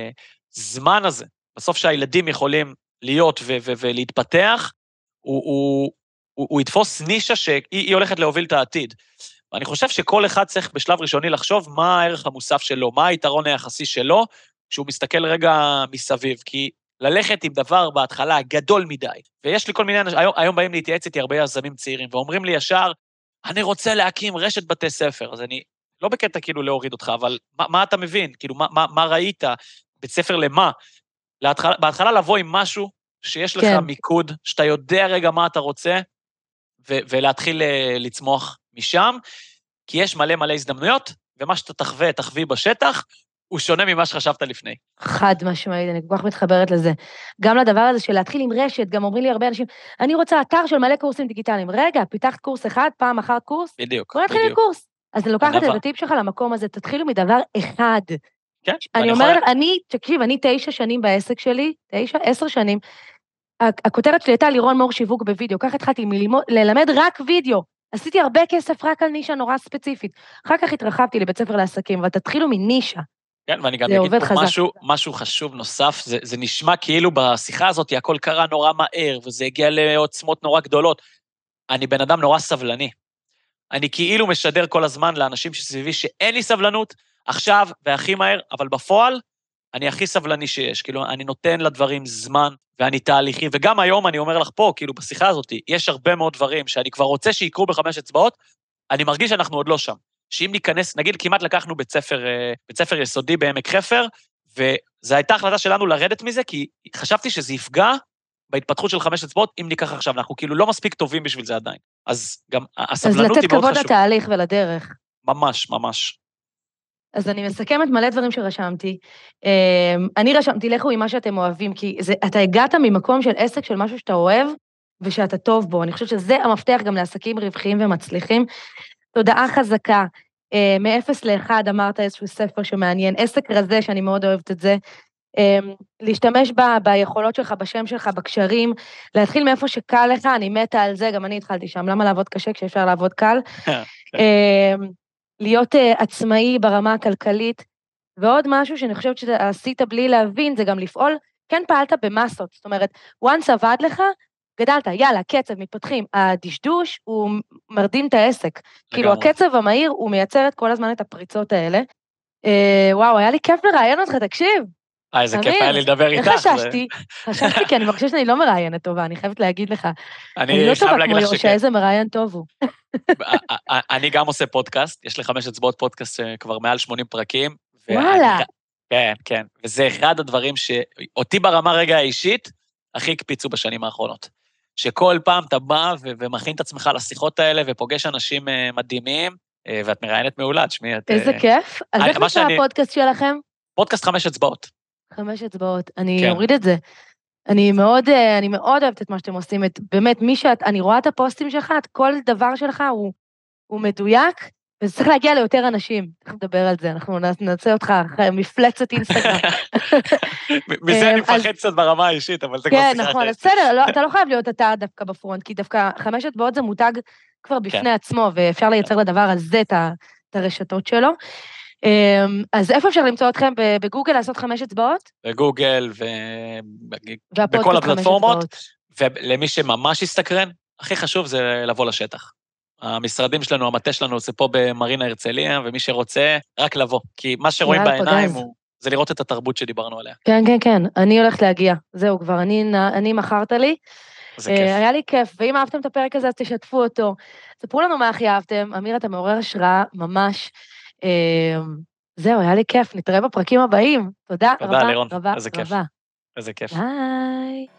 זמן הזה, בסוף שהילדים יכולים להיות ו- ו- ולהתפתח, הוא, הוא, הוא, הוא יתפוס נישה שהיא הולכת להוביל את העתיד. ואני חושב שכל אחד צריך בשלב ראשוני לחשוב מה הערך המוסף שלו, מה היתרון היחסי שלו, כשהוא מסתכל רגע מסביב, כי ללכת עם דבר בהתחלה גדול מדי, ויש לי כל מיני אנשים, היום, היום באים להתייעץ איתי הרבה יזמים צעירים, ואומרים לי ישר, אני רוצה להקים רשת בתי ספר, אז אני לא בקטע כאילו להוריד אותך, אבל מה, מה אתה מבין? כאילו, מה, מה, מה ראית? בית ספר למה? להתחלה, בהתחלה לבוא עם משהו שיש לך כן. מיקוד, שאתה יודע רגע מה אתה רוצה, ו- ולהתחיל לצמוח משם, כי יש מלא מלא הזדמנויות, ומה שאתה תחווה, תחווי בשטח, הוא שונה ממה שחשבת לפני. חד משמעית, אני כל כך מתחברת לזה. גם לדבר הזה של להתחיל עם רשת, גם אומרים לי הרבה אנשים, אני רוצה אתר של מלא קורסים דיגיטליים. רגע, פיתחת קורס אחד, פעם אחת קורס? בדיוק, בוא נתחיל עם בדיוק. קורס. אז אני לוקחת ענווה. את הטיפ שלך למקום הזה, תתחילו מדבר אחד. כן, אני ואני אומרת, יכול- אני, תקשיב, אני תשע שנים בעסק שלי, תשע, עשר שנים, ה- הכותרת שלי הייתה לירון מור שיווק בווידאו, כך התחלתי מללמוד, ללמד רק וידאו. עשיתי הרבה כסף רק על נישה נורא ספציפית. אחר כך התרחבתי לבית ספר לעסקים, אבל תתחילו מנישה. כן, ואני גם זה אגיד עובד פה חזק. משהו, משהו חשוב נוסף, זה, זה נשמע כאילו בשיחה הזאת הכל קרה נורא מהר, וזה הגיע לעוצמות נורא גדולות. אני בן אדם נורא סבלני. אני כאילו משדר כל הזמן לאנשים שסביבי שאין לי סבלנות, עכשיו והכי מהר, אבל בפועל, אני הכי סבלני שיש. כאילו, אני נותן לדברים זמן, ואני תהליכים, וגם היום אני אומר לך פה, כאילו, בשיחה הזאת, יש הרבה מאוד דברים שאני כבר רוצה שיקרו בחמש אצבעות, אני מרגיש שאנחנו עוד לא שם. שאם ניכנס, נגיד, כמעט לקחנו בית ספר, בית ספר יסודי בעמק חפר, וזו הייתה החלטה שלנו לרדת מזה, כי חשבתי שזה יפגע בהתפתחות של חמש אצבעות, אם ניקח עכשיו, אנחנו כאילו לא מספיק טובים בשביל זה עדיין. אז גם הסבלנות אז היא לתת מאוד כבוד חשובה. לתהליך ולדרך. ממש, ממש. אז אני מסכמת מלא דברים שרשמתי. אני רשמתי, לכו עם מה שאתם אוהבים, כי זה, אתה הגעת ממקום של עסק של משהו שאתה אוהב, ושאתה טוב בו. אני חושבת שזה המפתח גם לעסקים רווחיים ומצליחים. תודעה חזקה, מאפס לאחד אמרת איזשהו ספר שמעניין, עסק רזה שאני מאוד אוהבת את זה, להשתמש ב, ביכולות שלך, בשם שלך, בקשרים, להתחיל מאיפה שקל לך, אני מתה על זה, גם אני התחלתי שם, למה לעבוד קשה כשאפשר לעבוד קל? להיות עצמאי ברמה הכלכלית, ועוד משהו שאני חושבת שעשית בלי להבין, זה גם לפעול, כן פעלת במסות, זאת אומרת, once עבד לך, גדלת, יאללה, קצב, מתפתחים, הדשדוש הוא מרדים את העסק, כאילו הקצב המהיר הוא מייצר את כל הזמן את הפריצות האלה, וואו, היה לי כיף לראיין אותך, תקשיב. אה, איזה כיף היה לי לדבר איתך. חששתי, חששתי כי אני מרגישה שאני לא מראיינת טובה, אני חייבת להגיד לך. אני לא טובה כמו יורשה, איזה מראיין טוב הוא. אני גם עושה פודקאסט, יש לי חמש אצבעות פודקאסט כבר מעל שמונים פרקים. וואלה. כן, כן, וזה אחד הדברים שאותי ברמה רגע האישית, הכי הקפיצו בשנים האחרונות. שכל פעם אתה בא ומכין את עצמך לשיחות האלה, ופוגש אנשים מדהימים, ואת מראיינת מעולה, תשמעי. איזה כיף. אז איך נקרא הפודקאסט שלכם? פודקאסט חמש אצבעות. חמש אצבעות, אני אוריד את זה. אני מאוד, אני מאוד אוהבת את מה שאתם עושים, את, באמת, מי שאת, אני רואה את הפוסטים שלך, את כל דבר שלך הוא, הוא מדויק, וזה צריך להגיע ליותר אנשים, צריך לדבר על זה, אנחנו נעשה אותך מפלצת אינסטגרם. מזה אני מפחד קצת ברמה האישית, אבל זה כבר כן, שיחה אחרת. נכון, אז בסדר, אתה לא חייב להיות אתה דווקא בפרונט, כי דווקא חמש אצבעות זה מותג כבר בפני עצמו, ואפשר לייצר לדבר הזה את הרשתות שלו. אז איפה אפשר למצוא אתכם בגוגל לעשות חמש אצבעות? בגוגל ובכל הפלטפורמות, ולמי שממש יסתקרן, הכי חשוב זה לבוא לשטח. המשרדים שלנו, המטה שלנו, זה פה במרינה הרצליה, ומי שרוצה, רק לבוא. כי מה שרואים בעיניים הוא, זה לראות את התרבות שדיברנו עליה. כן, כן, כן, אני הולכת להגיע. זהו, כבר אני, אני מכרת לי. זה כיף. היה לי כיף, ואם אהבתם את הפרק הזה, אז תשתפו אותו. ספרו לנו מה הכי אהבתם. אמיר, אתה מעורר השראה, ממש. זהו, היה לי כיף. נתראה בפרקים הבאים. תודה רבה, רבה, רבה. איזה כיף. איזה כיף. ביי.